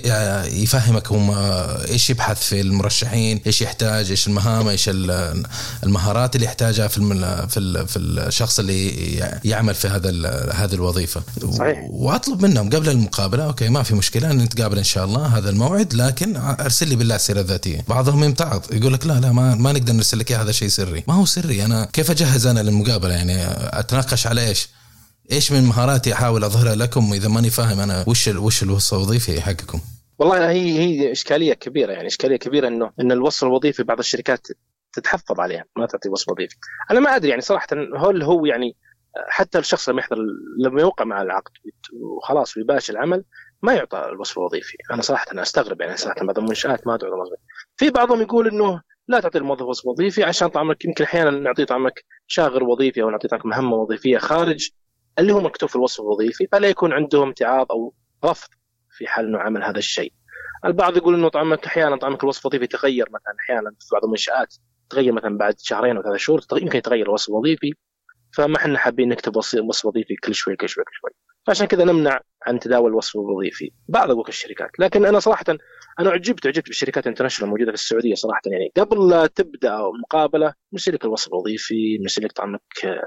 [SPEAKER 2] يفهمك هم إيش يبحث في المرشحين، إيش يحتاج، إيش المهام، إيش المهارات اللي يحتاجها في الشخص اللي يعمل في هذه الوظيفة.
[SPEAKER 1] صحيح.
[SPEAKER 2] وأطلب منهم قبل المقابلة أوكي ما في مشكلة أن نتقابل إن شاء الله هذا الموعد، لكن أرسل لي بالله السيرة الذاتية. بعضهم يمتعض يقول لك لا ما نقدر نرسل لك هذا شيء سري. ما هو سري، أنا كيف أجهز أنا للمقابلة؟ يعني أتناقش على إيش من مهاراتي أحاول أظهرها لكم إذا ماني فاهم أنا وش الوصف الوظيفي حقكم.
[SPEAKER 1] والله هي إشكالية كبيرة، يعني إشكالية كبيرة إن الوصف الوظيفي بعض الشركات تتحفظ عليها ما تعطي وصف وظيفي. أنا ما أدري يعني صراحة هو يعني حتى الشخص لما يوقع مع العقد وخلاص ويباشر العمل ما يعطى الوصف الوظيفي. أنا صراحة أستغرب يعني صراحة بعض المنشآت ما تعطي وصف وظيفي. في بعضهم يقول إنه لا تعطي الموظف وصف وظيفي عشان طعمك يمكن أحيانا نعطيه طعمك شاغر وظيفي أو نعطيه طعمك مهمة وظيفية خارج اللي هو مكتوب في الوصف الوظيفي، فلا يكون عندهم امتعاض أو رفض في حال إنه عمل هذا الشيء. البعض يقول إنه أحيانا طعمك الوصف الوظيفي يتغير، مثلا أحيانا في بعض المنشآت تغير مثلا بعد 2 أو 3 شهور يمكن يتغير الوصف الوظيفي، فما احنا حابين نكتب وصف وظيفي كل شوي. فعشان كذا نمنع عن تداول الوصف الوظيفي بعض الشركات. لكن أنا صراحة أنا عجبت بالشركات الانترناشونال الموجودة في السعودية صراحة. يعني قبل لا تبدأ مقابلة مرسل لك الوصف الوظيفي، مرسل لك طعمك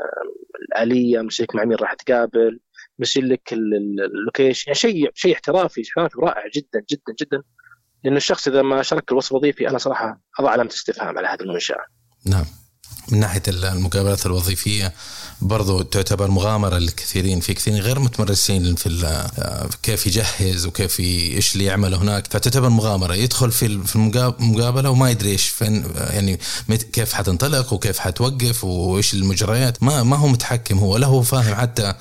[SPEAKER 1] الآلية، مرسل لك مع مين راح تقابل، مرسل لك اللوكيشن، يعني شيء احترافي رائع جدا جدا جدا. لأن الشخص إذا ما شارك الوصف الوظيفي أنا صراحة أضع علامة استفهام على هذه المنشأة.
[SPEAKER 2] نعم. من ناحية المقابلات الوظيفية برضو تعتبر مغامرة للكثيرين، في كثيرين غير متمرسين في كيف يجهز وكيف إيش اللي يعمل هناك، فتعتبر مغامرة. يدخل في المقابلة وما يدري إيش فين يعني كيف حتنطلق وكيف حتوقف وإيش المجريات، ما هو متحكم هو، لا هو فاهم حتى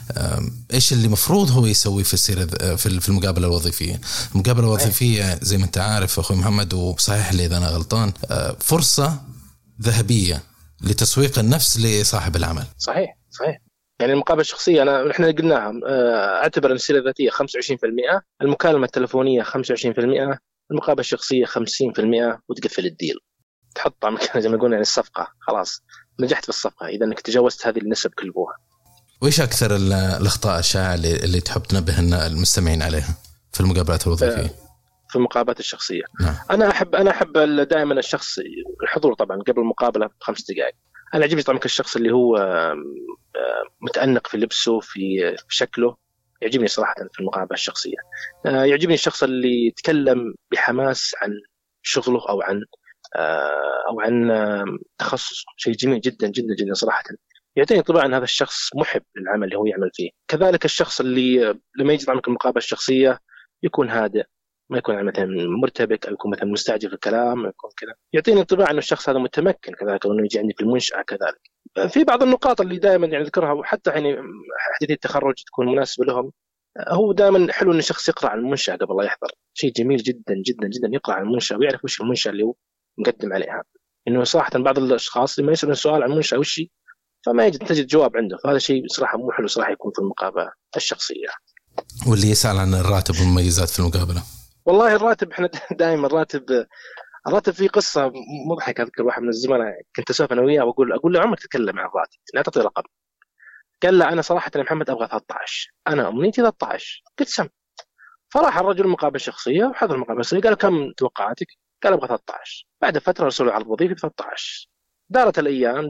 [SPEAKER 2] إيش اللي مفروض هو يسوي في المقابلة الوظيفية. المقابلة الوظيفية زي ما أنت عارف أخوي محمد، وصحيح لي إذا أنا غلطان، فرصة ذهبية لتسويق النفس لصاحب العمل.
[SPEAKER 1] صحيح. يعني المقابلة الشخصية نحن قلناها اعتبر السيرة الذاتية 25%، المكالمة التلفونية 25%، المقابلة الشخصية 50%، وتقفل الديل، تحط زي ما قلنا يعني الصفقة، خلاص نجحت في الصفقة إذا أنك تجاوزت هذه النسب كلها.
[SPEAKER 2] وإيش أكثر الأخطاء الشائعة اللي تحب تنبه المستمعين عليها في المقابلات الوظيفية؟
[SPEAKER 1] في المقابلات الشخصية
[SPEAKER 2] نعم.
[SPEAKER 1] أنا أحب دائما الشخص الحضور طبعا قبل المقابلة ب5 دقائق. أنا عجبني طبعا الشخص اللي هو متأنق في لبسه في شكله، يعجبني صراحة في المقابلة الشخصية. يعجبني الشخص اللي يتكلم بحماس عن شغله أو عن تخصص، شيء جميل جدا جدا جدا صراحة، يعطيني طبعا هذا الشخص محب للعمل اللي هو يعمل فيه. كذلك الشخص اللي لما يجي طبعا المقابلة الشخصية يكون هادئ، ما يكون مثلا مرتبك أو يكون مثلا مستعجل في الكلام، يكون كذا، يعطيني انطباع أن الشخص هذا متمكن. كذلك أنه يجي عندي في المنشأة كذلك. في بعض النقاط اللي دائما يعني ذكرها، وحتى يعني حديث التخرج تكون مناسبة لهم. هو دائما حلو أن الشخص يقرأ عن المنشأة قبل لا يحضر، شيء جميل جدا جدا جدا يقرأ عن المنشأة ويعرف وش المنشأة اللي هو مقدم عليها. إنه صراحة بعض الأشخاص لما يسألون سؤال عن المنشأة وش فما تجد جواب عنده، فهذا شيء صراحة مو حلو صراحة يكون في المقابلة الشخصية.
[SPEAKER 2] واللي يسأل عن الراتب والمميزات في المقابلة،
[SPEAKER 1] والله الراتب احنا دائما الراتب في قصة مضحكة. أذكر واحد من الزملاء كنت أسولف أنا وياه وأقول له عمرك تتكلم عن الراتب، لا تعطي رقم. قال لا أنا صراحة يا محمد أبغى 13، أنا أمنيتي 13. قلت سم. فراح الرجل مقابلة شخصية وحضر المقابلة الشخصية، قال كم توقعاتك؟ قال أبغى 13. بعد فترة رسلوا عرض وظيفي ب 13. دارت الأيام.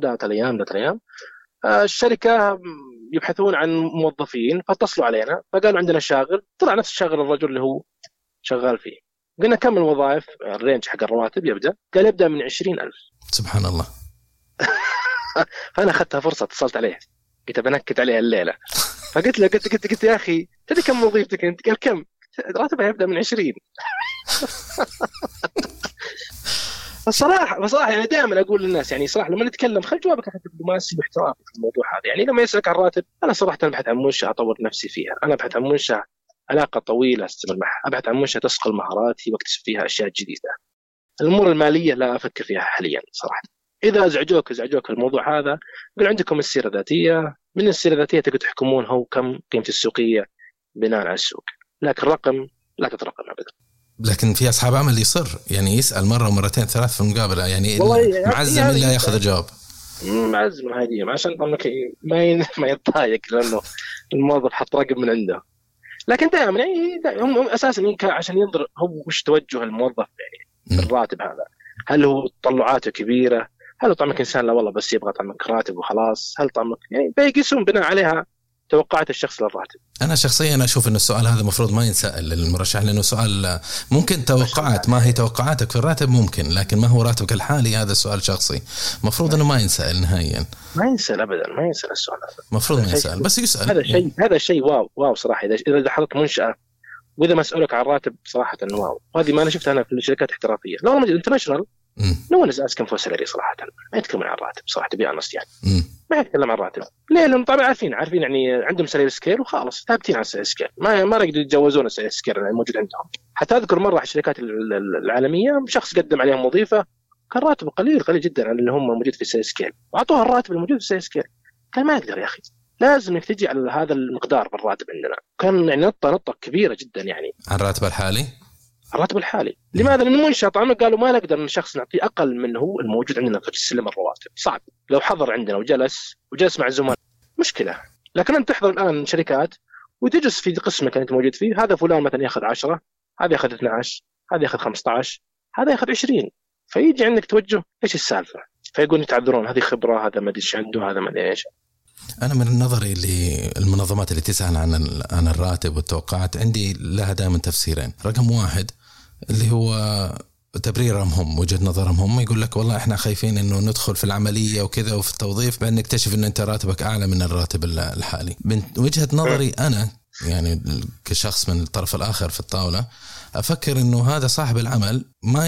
[SPEAKER 1] الشركة يبحثون عن موظفين فاتصلوا علينا فقالوا عندنا شاغل، طلع نفس شاغل الرجل اللي هو شغال فيه. قلنا كم الوظائف الرينج حق الرواتب يبدأ؟ قال يبدأ من 20,000.
[SPEAKER 2] سبحان الله.
[SPEAKER 1] فأنا أخذتها فرصة، اتصلت عليه قلت بنكت عليها الليلة، فقلت له قلت يا أخي تدري كم وظيفتك أنت؟ قال كم؟ راتبها يبدأ من 20. بصراحة يعني دائما أقول للناس يعني صراحة لما نتكلم خل جوابك حتى دبلوماسي واحترافي في الموضوع هذا. يعني لما يسألك عن الراتب، أنا صراحة أبحث عن منشأة أطور نفسي فيها، أنا أبحث عن منشأة علاقة طويلة استمر معها، أبحث عن منشأة تصقل مهاراتي واكتسب فيها أشياء جديدة. الأمور المالية لا أفكر فيها حاليا صراحة. إذا أزعجوك الموضوع هذا، قل عندكم السيرة الذاتية، من السيرة الذاتية تقدر تحكمون هو كم قيمة السوقية بناء على السوق، لكن الرقم لا تترقم أبدا.
[SPEAKER 2] لكن في أصحاب عمل يصر يعني يسأل مرة ومرتين 3 في المقابلة، يعني معزم إلا يأخذ الجواب.
[SPEAKER 1] معزم هدية عشان طبعا ما يتضايق لأنه الموظف حط رقم من عنده. لكن دائما يعني هم أساسا عشان ينظر هو وش توجه الموظف يعني الراتب هذا، هل هو تطلعاته كبيرة، هل طعمك إنسان لا والله بس يبغى طعمك راتب وخلاص، هل طعمك يعني بيقيسون بناء عليها توقعات الشخص للراتب.
[SPEAKER 2] أنا شخصيا أشوف إن السؤال هذا مفروض ما ينسأل للمرشح، لأنه سؤال ممكن توقعات ما هي توقعاتك في الراتب ممكن، لكن ما هو راتبك الحالي هذا سؤال شخصي مفروض إنه ما ينسأل نهائيا.
[SPEAKER 1] ما ينسأل أبدا، ما ينسأل السؤال هذا،
[SPEAKER 2] مفروض ما ينسأل بس يسأل.
[SPEAKER 1] هذا شيء هذا شيء واو صراحة. إذا حضرت منشأة وإذا مسؤولك عن الراتب صراحة واو، وهذه ما أنا شفتها أنا في الشركات الاحترافية. لو أنا انترناشونال نو ناس أسكن فوق سالري صراحة، ما يتكلم عن الراتب صراحة تبي أنص يعني ما يتكلم عن الراتب. ليه؟ لأن طبعا عارفين يعني عندهم سالري سكيل وخلاص ثابتين على السالري سكيل، ما يقدروا يتجاوزون السالري سكيل الموجود عندهم. حتى أذكر مرة على الشركات العالمية شخص قدم عليهم وظيفة كان راتبه قليل جدا عن اللي هم موجود في السالري سكيل، وأعطوه الراتب الموجود في السالري سكيل. كان ما يقدر يا أخي، لازم انك تجي على هذا المقدار بالراتب عندنا. كان يعني نطة كبيرة جدا يعني
[SPEAKER 2] عن الراتب الحالي.
[SPEAKER 1] الراتب الحالي لماذا؟ لأن المنشأة طبعا قالوا ما نقدر من شخص نعطيه أقل من هو الموجود عندنا في السلم الرواتب، صعب. لو حضر عندنا وجلس مع الزملاء مشكلة. لكن أنت تحضر الآن شركات وتجلس في قسمك أنت موجود فيه، هذا فلان مثلا يأخذ 10، هذا يأخذ 12، هذا يأخذ 15، هذا يأخذ 20. فيجي عندك توجه إيش السالفة، فيقولون يتعذرون هذه خبرة، هذا ما أدري إيش عنده، هذا ما أدري إيش.
[SPEAKER 2] أنا من نظري للمنظمات اللي تسأل عن الراتب والتوقعات عندي لها دائما تفسيرين. رقم واحد اللي هو تبريرهم هم، وجهة نظرهم هم، يقول لك والله احنا خايفين انه ندخل في العملية وكذا وفي التوظيف بأن نكتشف انه انت راتبك اعلى من الراتب الحالي. من وجهة نظري انا يعني كشخص من الطرف الاخر في الطاولة افكر انه هذا صاحب العمل ما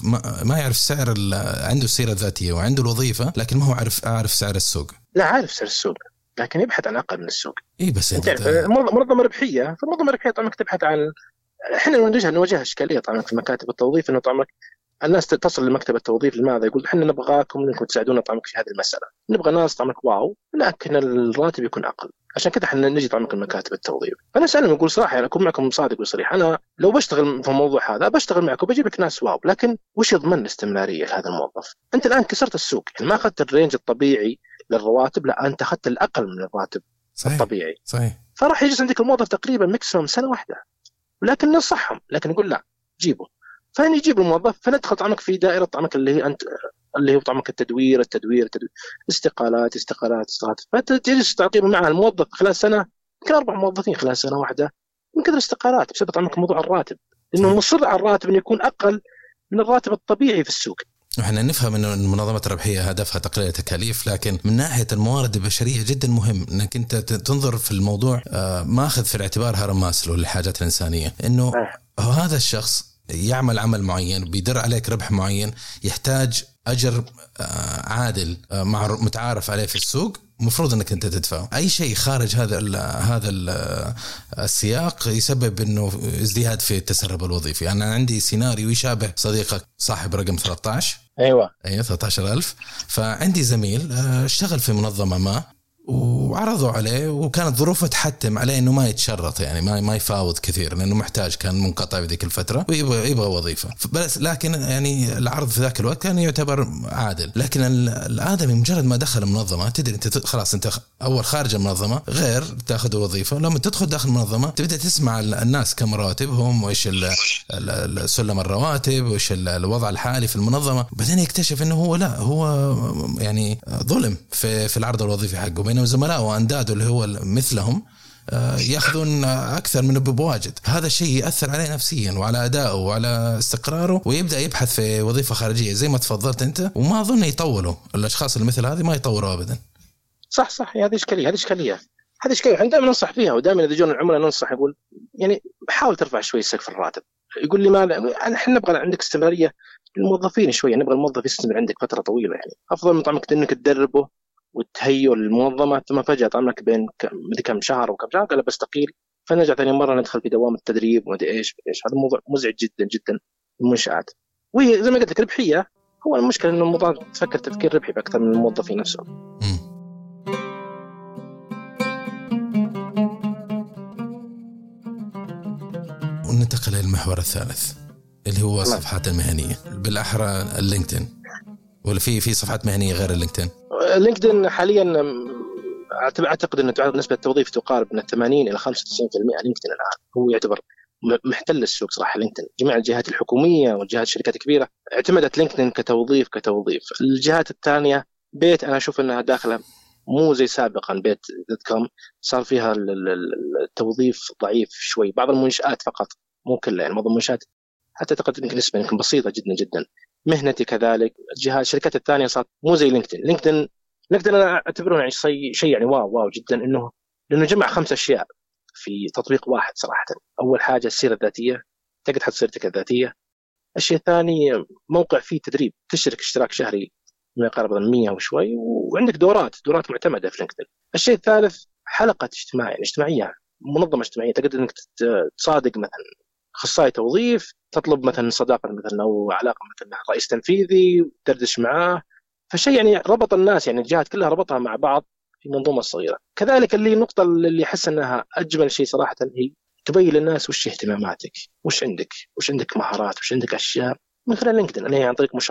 [SPEAKER 2] يعرف سعر، عنده السيرة الذاتية وعنده الوظيفة لكن ما هو عارف سعر السوق.
[SPEAKER 1] لا عارف سعر السوق لكن يبحث عن اقل من السوق.
[SPEAKER 2] اي بس
[SPEAKER 1] انت منظمة ربحية، فالمنظمة الربحية طبعا تبحث عن، احنا نواجه اشكاليه طبعا في مكاتب التوظيف، انه طبعا الناس تصل لمكتب التوظيف لماذا؟ يقول احنا نبغاكم انكم تساعدونا طبعا في هذه المساله، نبغى ناس طبعا واو لكن الراتب يكون اقل، عشان كذا احنا نجي طبعا من مكاتب التوظيف. فانا اسالهم يقول صراحه يعني اكون معكم صادق وصريح، انا لو بشتغل في الموضوع هذا بشتغل معكم بجيب لك ناس واو، لكن وش يضمن الاستمراريه لهذا الموظف؟ انت الان كسرت السوق، يعني ما اخذت الرينج الطبيعي للرواتب، لا انت اخذت الاقل من الراتب الطبيعي.
[SPEAKER 2] صحيح.
[SPEAKER 1] فراح يجلس عندك الموظف تقريبا ماكسيمم سنه واحده، ولكن ننصحهم، لكن نقول لا جيبه. فين يجيب الموظف؟ فندخل طعمك في دائرة طعمك اللي هي أنت اللي هو طعمك التدوير استقالات. فتجلس تعطيه مع الموظف خلال سنة يمكن 4 موظفين خلال سنة واحدة من كثر استقالات بسبب طعمك موضوع الراتب، لأنه مصر على الراتب أن يكون أقل من الراتب الطبيعي في السوق.
[SPEAKER 2] احنا نفهم ان المنظمه الربحيه هدفها تقليل التكاليف، لكن من ناحيه الموارد البشريه جدا مهم انك انت تنظر في الموضوع ماخذ في الاعتبار هرم ماسلو للحاجات الانسانيه، انه هذا الشخص يعمل عمل معين بيدر عليك ربح معين، يحتاج اجر عادل متعارف عليه في السوق، مفروض انك انت تدفعه. اي شيء خارج هذا السياق يسبب انه ازدياد في التسرب الوظيفي. انا عندي سيناريو يشابه صديقك صاحب رقم 13.
[SPEAKER 1] ايوه
[SPEAKER 2] 13,000. فعندي زميل اشتغل في منظمه ما وعرضوا عليه وكانت ظروفه تحتم عليه انه ما يتشرط، يعني ما يفاوض كثير لانه محتاج، كان منقطع في ذيك الفتره ويبغى وظيفه بس. لكن يعني العرض في ذاك الوقت كان يعتبر عادل. لكن الادمي مجرد ما دخل المنظمه، تدري انت خلاص انت اول خارج المنظمه غير تاخذ وظيفه، لما تدخل داخل المنظمه تبدا تسمع الناس كم رواتبهم وايش سلم الرواتب وايش الوضع الحالي في المنظمه، بعدين يكتشف انه هو يعني ظلم في العرض الوظيفي حقه، بينما زملائه وانداده اللي هو مثلهم ياخذون اكثر منه بواجد. هذا الشيء ياثر عليه نفسيا وعلى ادائه وعلى استقراره، ويبدا يبحث في وظيفه خارجيه زي ما تفضلت انت. وما اظن يطولوا الاشخاص اللي مثل هذه، ما يطوروا ابدا.
[SPEAKER 1] صح هذه اشكاليه احنا دائما ننصح فيها، ودائما اذا جون العملاء ننصح يقول يعني حاول ترفع شوي سقف الراتب. يقول لي ماذا؟ احنا نبغى عندك استمراريه الموظفين شويه، نبغى الموظف يستمر عندك فتره طويله، يعني افضل من طعمك انك تدربه وتهيئ للمنظمة ثم فجأة طعمك بين كم شهر وكم شهر قال بستقيل، فنرجع ثاني مرة ندخل في دوام التدريب وما ادري ايش. هذا موضوع مزعج جدا جدا المنشآت. وهي زي ما قلت لك ربحية، هو المشكلة انه الموضوع تفكر تفكير ربحي أكثر من الموظفين نفسهم.
[SPEAKER 2] وننتقل إلى المحور الثالث اللي هو الصفحات المهنية، بالأحرى اللينكدين. ولا في صفحات مهنيه غير اللينكدين؟
[SPEAKER 1] لينكدين حاليا اعتقد انه نسبه التوظيف تقارب من 80 الى 95%. لينكدين الان هو يعتبر محتل السوق صراحه. لينكدين جميع الجهات الحكوميه والجهات الشركات الكبيره اعتمدت لينكدين كتوظيف. الجهات الثانيه بيت انا اشوف انها داخله مو زي سابقا. بيت .com صار فيها التوظيف ضعيف شوي. بعض المنشآت فقط، مو كلها يعني. بعض المنشآت حتى اعتقد يمكن نسبه يمكن بسيطه جدا جدا. مهنتي كذلك. الشركات الثانيه صارت مو زي لينكدين انا اعتبره يعني شيء يعني واو جدا، لانه جمع 5 أشياء في تطبيق واحد صراحه. اول حاجه السيره الذاتيه، تقدر تحط سيرتك الذاتيه. الشيء الثاني موقع فيه تدريب، تشترك اشتراك شهري ما يقارب 100 وشوي، وعندك دورات معتمده في لينكدين. الشيء الثالث حلقه اجتماعيه، منظمه اجتماعيه. تقدر انك تصادق مثلا اخصائي توظيف، تطلب مثلا صداقه مثلا او علاقه مثلا رئيس تنفيذي وتدردش معاه. فشيء يعني ربط الناس، يعني الجهات كلها ربطها مع بعض في منظومه صغيره. كذلك النقطه اللي احس انها اجمل شيء صراحه هي تبين للناس وش اهتماماتك، وش عندك مهارات، وش عندك اشياء من خلال لينكدين. انا عن طريق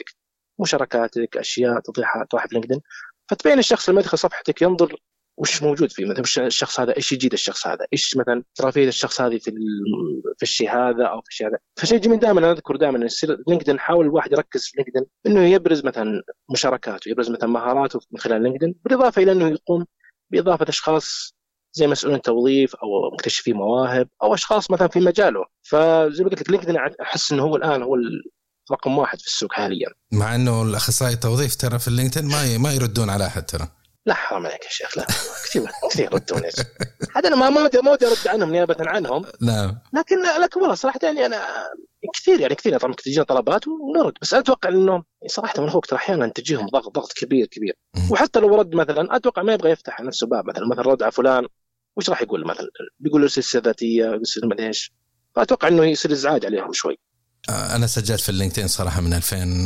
[SPEAKER 1] مشاركاتك اشياء تطرحها في لينكدين، فتبين الشخص لما يدخل صفحتك ينظر وش موجود فيه. مثلا الشخص هذا ايش يجيد، الشخص هذا ايش مثلا ترى الشخص هذه في الشيء هذا او في الشيء هذا. فشيء جميل دائما انا اذكر دائما لينكدين حاول الواحد يركز في لينكدين انه يبرز مثلا مشاركاته، يبرز مثلا مهاراته من خلال لينكدين، بالاضافه الى انه يقوم باضافه اشخاص زي مسؤولين توظيف او مكتشفين مواهب او اشخاص مثلا في مجاله. فزي ما قلت لك لينكدين احس انه هو الان هو رقم 1 في السوق حاليا.
[SPEAKER 2] مع انه الاخصائي التوظيف ترى في اللينكدين ما يردون على احد ترى.
[SPEAKER 1] لا حرام عليك يا شيخ، لا كثير يردون. هذا انا ما ودي ارد عنهم نيابه عنهم.
[SPEAKER 2] نعم.
[SPEAKER 1] لكن والله صراحه يعني انا كثير طبعا تجينا طلبات ونرد، بس اتوقع انه صراحه من اخوك ترى احيانا تجيهم ضغط كبير. وحتى لو رد مثلا اتوقع ما يبغى يفتح نفسه باب. مثلا رد على فلان وش راح يقول؟ مثلا بيقول له سياسه ذاتيه، يصير ما ايش. فاتوقع انه يصير ازعاج عليهم شوي.
[SPEAKER 2] أنا سجلت في اللينكدين صراحة من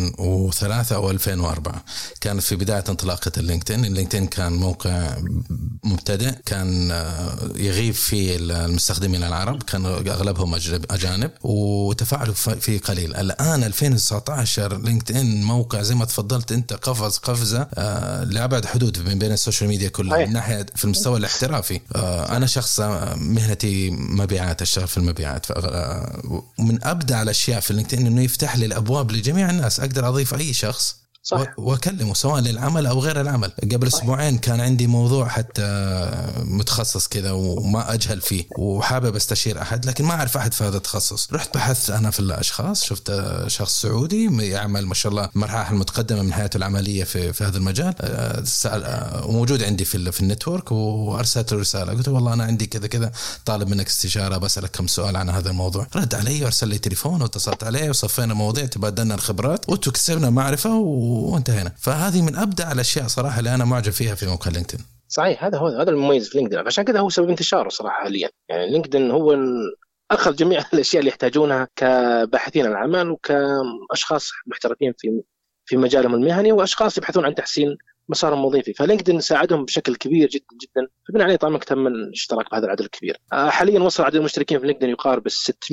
[SPEAKER 2] 2003 أو 2004. كانت في بداية انطلاقة اللينكدين كان موقع مبتدئ، كان يغيب فيه المستخدمين العرب، كان أغلبهم أجانب وتفاعلوا فيه قليل. الآن 2019 لينكدين موقع زي ما تفضلت أنت قفزة لأبعد حدود من بين السوشيال ميديا كلها من ناحية في المستوى الاحترافي. أنا شخص مهنتي مبيعات، أشتغل في المبيعات، من أبدع الأشياء في اللينكدين إنه يفتح لي الأبواب لجميع الناس. أقدر أضيف أي شخص وأكلمه سواء للعمل أو غير العمل. قبل أسبوعين كان عندي موضوع حتى متخصص كذا وما أجهل فيه وحابب أستشير أحد لكن ما أعرف أحد في هذا التخصص. رحت بحثت أنا في الأشخاص، شفت شخص سعودي يعمل ما شاء الله مراحل متقدمة من حياته العملية في هذا المجال، وموجود عندي في النتورك، وأرسلت له رسالة قلت والله أنا عندي كذا طالب منك استشارة، بسألك كم سؤال عن هذا الموضوع. رد علي وأرسل لي تليفون واتصلت عليه وصفينا مواضيع، تبادلنا الخبرات وتكسبنا معرفة وانتهينا. فهذه من أبدع الأشياء صراحة اللي أنا معجب فيها في موقع لينكدين.
[SPEAKER 1] صحيح، هذا المميز في لينكدين، عشان كذا هو سبب انتشاره صراحة حاليا. يعني لينكدين هو أخذ جميع الأشياء اللي يحتاجونها كباحثين عن العمل وكأشخاص محترفين في مجالهم المهني وأشخاص يبحثون عن تحسين مسارهم الوظيفي. فلينكدين ساعدهم بشكل كبير جدا جدا. فبناء عليه طبعا تم الاشتراك بهذا العدد الكبير. حاليا وصل عدد المشتركين في لينكدين يقارب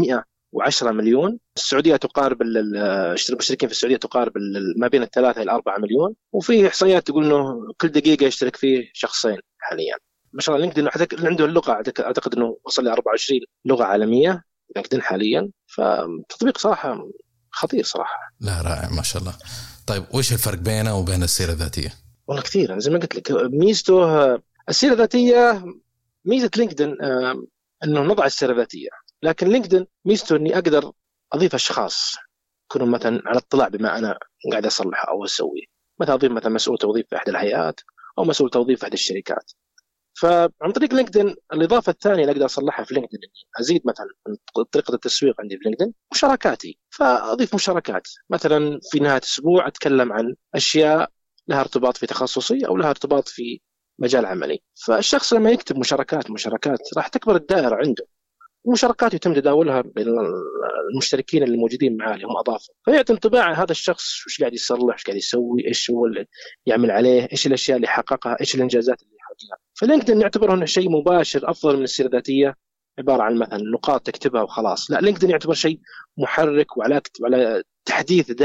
[SPEAKER 1] 610 مليون. السعودية تقارب المشتركين في السعودية تقارب ما بين 3 إلى 4 مليون. وفي إحصائيات تقول إنه كل دقيقة يشترك فيه شخصين حاليا. ما شاء الله لينكدين عنده اللغة، أعتقد إنه وصل ل 24 لغة عالمية لينكدين حاليا. فتطبيق صراحة خطير صراحة.
[SPEAKER 2] لا رائع ما شاء الله. طيب وش الفرق بينه وبين السيرة الذاتية؟
[SPEAKER 1] والله كثير. زي ما قلت لك ميزته السيرة الذاتية، ميزة لينكدين إنه نضع السيرة الذاتية، لكن لينكدين ميزته إني أقدر أضيف أشخاص يكونوا مثلا على اطلاع بما أنا قاعد أصلحه أو أسويه. مثلا أضيف مثلا مسؤول توظيف في أحد الهيئات أو مسؤول توظيف في أحد الشركات. فعن طريق لينكدين الإضافة الثانية اللي أقدر أصلحها في لينكدين أزيد مثلا من طريقة التسويق عندي في لينكدين مشاركاتي. فأضيف مشاركات مثلا في نهاية أسبوع أتكلم عن أشياء لها ارتباط في تخصصي أو لها ارتباط في مجال عملي. فالشخص لما يكتب مشاركات راح تكبر الدائرة عنده، ومشاركات يتم تداولها بين المشتركين اللي موجودين معاه اللي هم أضافوا. فيعطي انطباع هذا الشخص وش قاعد يصلح، وش قاعد يسوي، إيش هو اللي يعمل عليه، إيش الأشياء اللي حققها، إيش الإنجازات اللي حققها. فلينكدين نعتبره إنه شيء مباشر أفضل من السيرة الذاتية عبارة عن مثلا نقاط تكتبها وخلاص. لا، لينكدين يعتبر شيء محرك وعلى تحديث دائم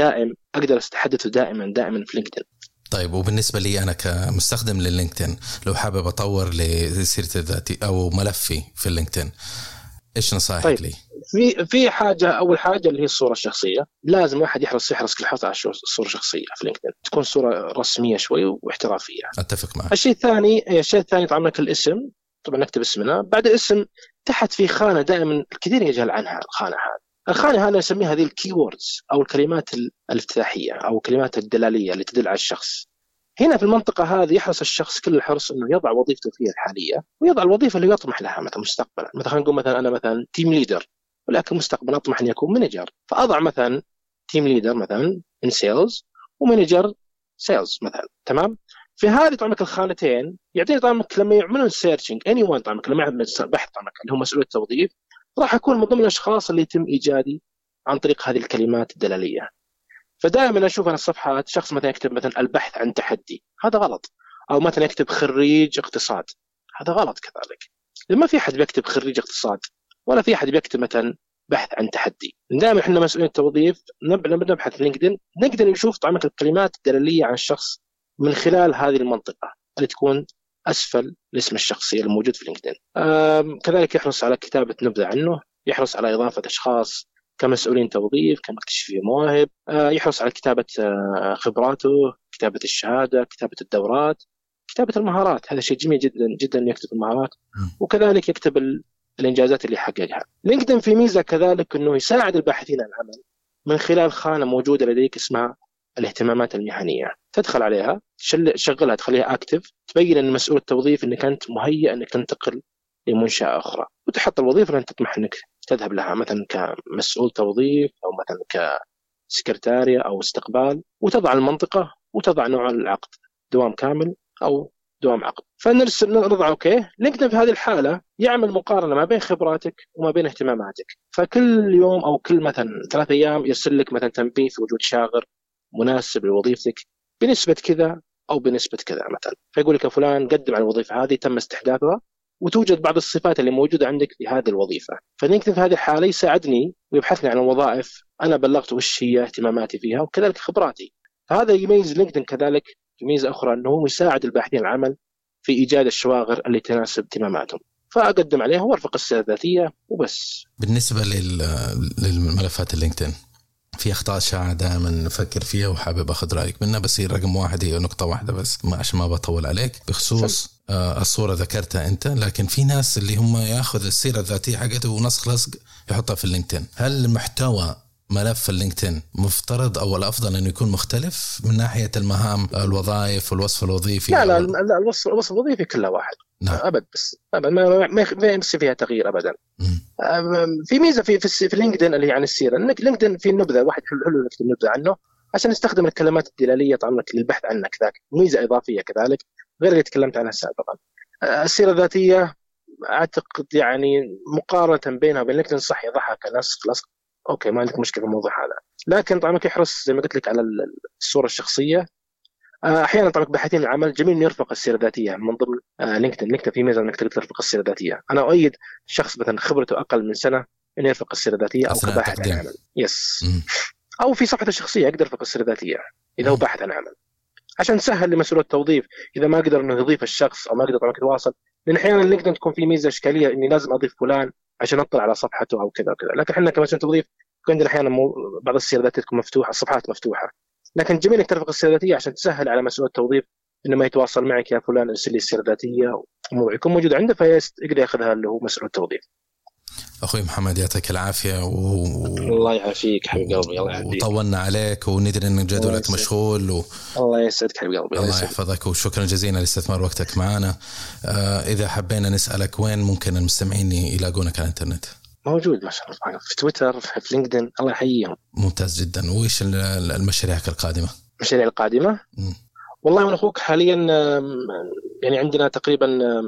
[SPEAKER 1] اقدر استحدثه دائما في لينكدين.
[SPEAKER 2] طيب وبالنسبة لي أنا كمستخدم لللينكدين، لو حابب أطور لسيرتي الذاتية أو ملفي في اللينكدين، إيش نصائحك
[SPEAKER 1] طيب.
[SPEAKER 2] لي؟
[SPEAKER 1] في حاجة، أول حاجة اللي هي الصورة الشخصية. لازم واحد يحرص كل حرص على الصورة الشخصية في لينكدين، تكون صورة رسمية شوي واحترافية.
[SPEAKER 2] أتفق معك.
[SPEAKER 1] الشيء الثاني طبعا لك الاسم، طبعا نكتب اسمنا. بعد الاسم تحت في خانة دائما الكثير يجهل عنها. الخانة هذه نسميها هذه الكيوردز أو الكلمات الافتتاحية أو الكلمات الدلالية اللي تدل على الشخص. هنا في المنطقة هذه يحرص الشخص كل الحرص إنه يضع وظيفته فيها الحالية، ويضع الوظيفة اللي يطمح لها مثلا مستقبلا. مثلا نقول أنا مثلا تيم ليدر، ولكن مستقبلا أطمح أن يكون مانجر، فأضع مثلا تيم ليدر مثلا in sales ومانجر سيلز مثلا. تمام. في هذه طبعا الخانتين يعطيني طبعا لما يعملون سيرشنج anyone، طبعا لما يعمل بحث طبعا اللي هو مسؤول التوظيف، راح أكون من ضمن الأشخاص اللي يتم إيجادي عن طريق هذه الكلمات الدلالية. فدائما أشوف أنا الصفحات شخص مثلا يكتب مثلا البحث عن تحدي، هذا غلط. أو مثلا يكتب خريج اقتصاد، هذا غلط كذلك. ما في أحد بيكتب خريج اقتصاد، ولا في أحد بيكتب مثلا بحث عن تحدي. دائما إحنا مسؤولين التوظيف نبحث في لينكدين، نقدر نشوف طبعا الكلمات الدلالية عن الشخص من خلال هذه المنطقة اللي تكون أسفل الاسم الشخصي الموجود في لينكدين. كذلك يحرص على كتابة نبذة عنه، يحرص على إضافة أشخاص كمسؤولين توظيف، كمكتشفي مواهب، يحرص على كتابة خبراته، كتابة الشهادة، كتابة الدورات، كتابة المهارات. هذا شيء جميل جدا جدا يكتب المهارات، وكذلك يكتب الإنجازات اللي حققها. لينكدين في ميزة كذلك أنه يساعد الباحثين عن العمل من خلال خانة موجودة لديك اسمها الاهتمامات المهنية. تدخل عليها، تشغلها، تخليها أكتف، تبين أن مسؤول التوظيف أنك أنت مهيئ أنك تنتقل لمنشأة أخرى، وتحط الوظيفة اللي أنت تطمح أنك تذهب لها، مثلا كمسؤول توظيف أو مثلا كسكرتارية أو استقبال، وتضع المنطقة وتضع نوع العقد، دوام كامل أو دوام عقد. فنرسل نضع أوكي. لينكدين في هذه الحالة يعمل مقارنة ما بين خبراتك وما بين اهتماماتك. فكل يوم أو كل مثلا 3 أيام يرسل لك مثلا تنبيه في وجود شاغر مناسب لوظيفتك بنسبة كذا أو بنسبة كذا مثلا. فيقول لك فلان قدم على الوظيفة هذه، تم استحداثها، وتوجد بعض الصفات اللي موجودة عندك في هذه الوظيفة. فلينكدين في هذه الحالة يساعدني ويبحثني عن وظائف أنا بلغت وش هي اهتماماتي فيها وكذلك خبراتي. فهذا يميز لينكدين كذلك ميزة أخرى، أنه يساعد الباحثين عن العمل في إيجاد الشواغر اللي تناسب اهتماماتهم، فأقدم عليها وارفق السيرة الذاتية وبس.
[SPEAKER 2] بالنسبة للملفات اللينكدين في أخطاء شائعة دائما نفكر فيها وحابب أخذ رأيك منها، بس هي رقم واحد، هي نقطة واحدة بس عشان ما بطول عليك بخصوص الصورة ذكرتها أنت، لكن في ناس اللي هم يأخذ السيرة الذاتية حقته ونسخ لصق يحطها في اللينكدين. هل محتوى ملف اللينكدين مفترض أو الأفضل أنه يكون مختلف من ناحية المهام، الوظائف والوصف الوظيفي؟
[SPEAKER 1] لا الوصف الوظيفي كله واحد. نعم. أبد، بس أبد ما يمشي فيها تغيير أبدا. في ميزة في لينكدين اللي هي عن السيرة، إنك لينكدين في النبذة، واحد حلو نكتب نبذة عنه عشان نستخدم الكلمات الدلالية طبعا للبحث عنك، ذاك ميزة إضافية كذلك غير اللي تكلمت عنها سابقا. السيرة الذاتية أعتقد يعني مقارنة بينها وبين لينكدين صح يضعها كنسخ لصق، أوكي ما عندك مشكلة في الموضوع هذا، لكن طبعا يحرص زي ما قلت لك على الصورة الشخصية. أحيانا طبعا باحثين العمل جميل إنه يرفق السيرة الذاتية من ضمن لينكدين في ميزة إنك تقدر ترفق السيرة الذاتية. أنا أؤيد شخص مثلا خبرته أقل من سنة إنه يرفق السيرة الذاتية أو كباحث عن عمل. يس. أو في صفحته الشخصية يقدر يرفق السيرة الذاتية إذا هو باحث عن عمل، عشان سهل لمسؤول التوظيف إذا ما قدر إنه يضيف الشخص أو ما قدر طبعا يتواصل، لأن أحيانا لينكدين تكون في ميزة إشكالية إني لازم أضيف فلان عشان أطلع على صفحته أو كذا وكذا، لكن إحنا كمسؤول توظيف عندنا أحيانا بعض السيرة الذاتية تكون مفتوحة، الصفحات مفتوحة، لكن جميل إنك ترفق السيرة الذاتية عشان تسهل على مسؤول التوظيف إنه ما يتواصل معك يا فلان ارسل لي السيرة الذاتية، وموضوع يكون موجود عنده فيقدر يأخذها اللي هو مسؤول التوظيف.
[SPEAKER 2] أخوي محمد يعطيك العافية
[SPEAKER 1] الله يعافيك حبيب قلبي، الله يعافيك،
[SPEAKER 2] وطولنا عليك وندري إن جدولك مشغول
[SPEAKER 1] الله يسعدك حبيب قلبي،
[SPEAKER 2] الله يحفظك، وشكرا جزيلا لاستثمار وقتك معنا. إذا حبينا نسألك وين ممكن المستمعين يلاقونك على الإنترنت؟
[SPEAKER 1] موجود ما شاء الله في تويتر، في لينكدين، الله يحييهم.
[SPEAKER 2] ممتاز جدا. وإيش المشاريعك القادمة؟
[SPEAKER 1] المشاريع القادمة والله من أخوك حاليا يعني عندنا تقريبا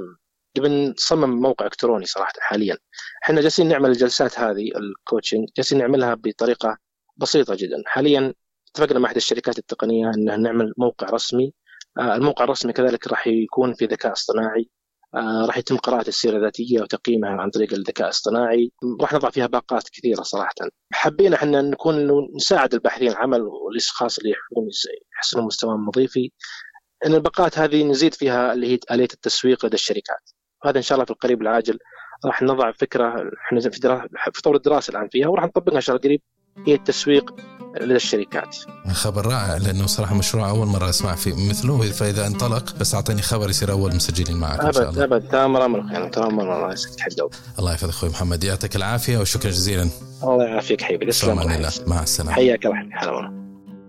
[SPEAKER 1] بنصمم موقع إلكتروني صراحة. حاليا احنا جالسين نعمل الجلسات هذه الكوتشنج، جالسين نعملها بطريقة بسيطة جدا. حاليا اتفقنا مع أحد الشركات التقنية أن نعمل موقع رسمي. الموقع الرسمي كذلك راح يكون في ذكاء اصطناعي، راح يتم قراءة السيرة الذاتية وتقييمها عن طريق الذكاء الاصطناعي. راح نضع فيها باقات كثيرة صراحة. حبينا احنا نساعد الباحثين العمل والاشخاص اللي يحبون يحسنون مستواهم الوظيفي، ان الباقات هذه نزيد فيها اللي هي آلية التسويق لدى الشركات. هذا ان شاء الله في القريب العاجل راح نضع فكرة، احنا في طور الدراسة الآن فيها، وراح نطبقها ان شاء الله قريب، هي التسويق لدى الشركات.
[SPEAKER 2] خبر رائع، لأنه صراحة مشروع أول مرة أسمع في مثله، فإذا انطلق بس أعطيني خبر يصير أول مسجلين معك إن شاء الله.
[SPEAKER 1] أبد تامر أمرك، يعني تامر الله يسعدك حق.
[SPEAKER 2] الله يحفظك أخوي محمد، يعطيك العافية وشكرا جزيلا.
[SPEAKER 1] الله يعافيك حبيبي، السلام عليكم.
[SPEAKER 2] مع السلامة.
[SPEAKER 1] حياك الله حبيبي.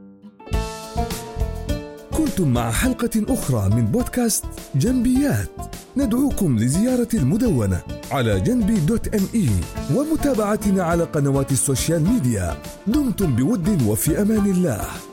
[SPEAKER 3] كنتم مع حلقة أخرى من بودكاست جنبيات. ندعوكم لزيارة المدونة على جنبي.me ومتابعتنا على قنوات السوشيال ميديا. دمتم بود وفي أمان الله.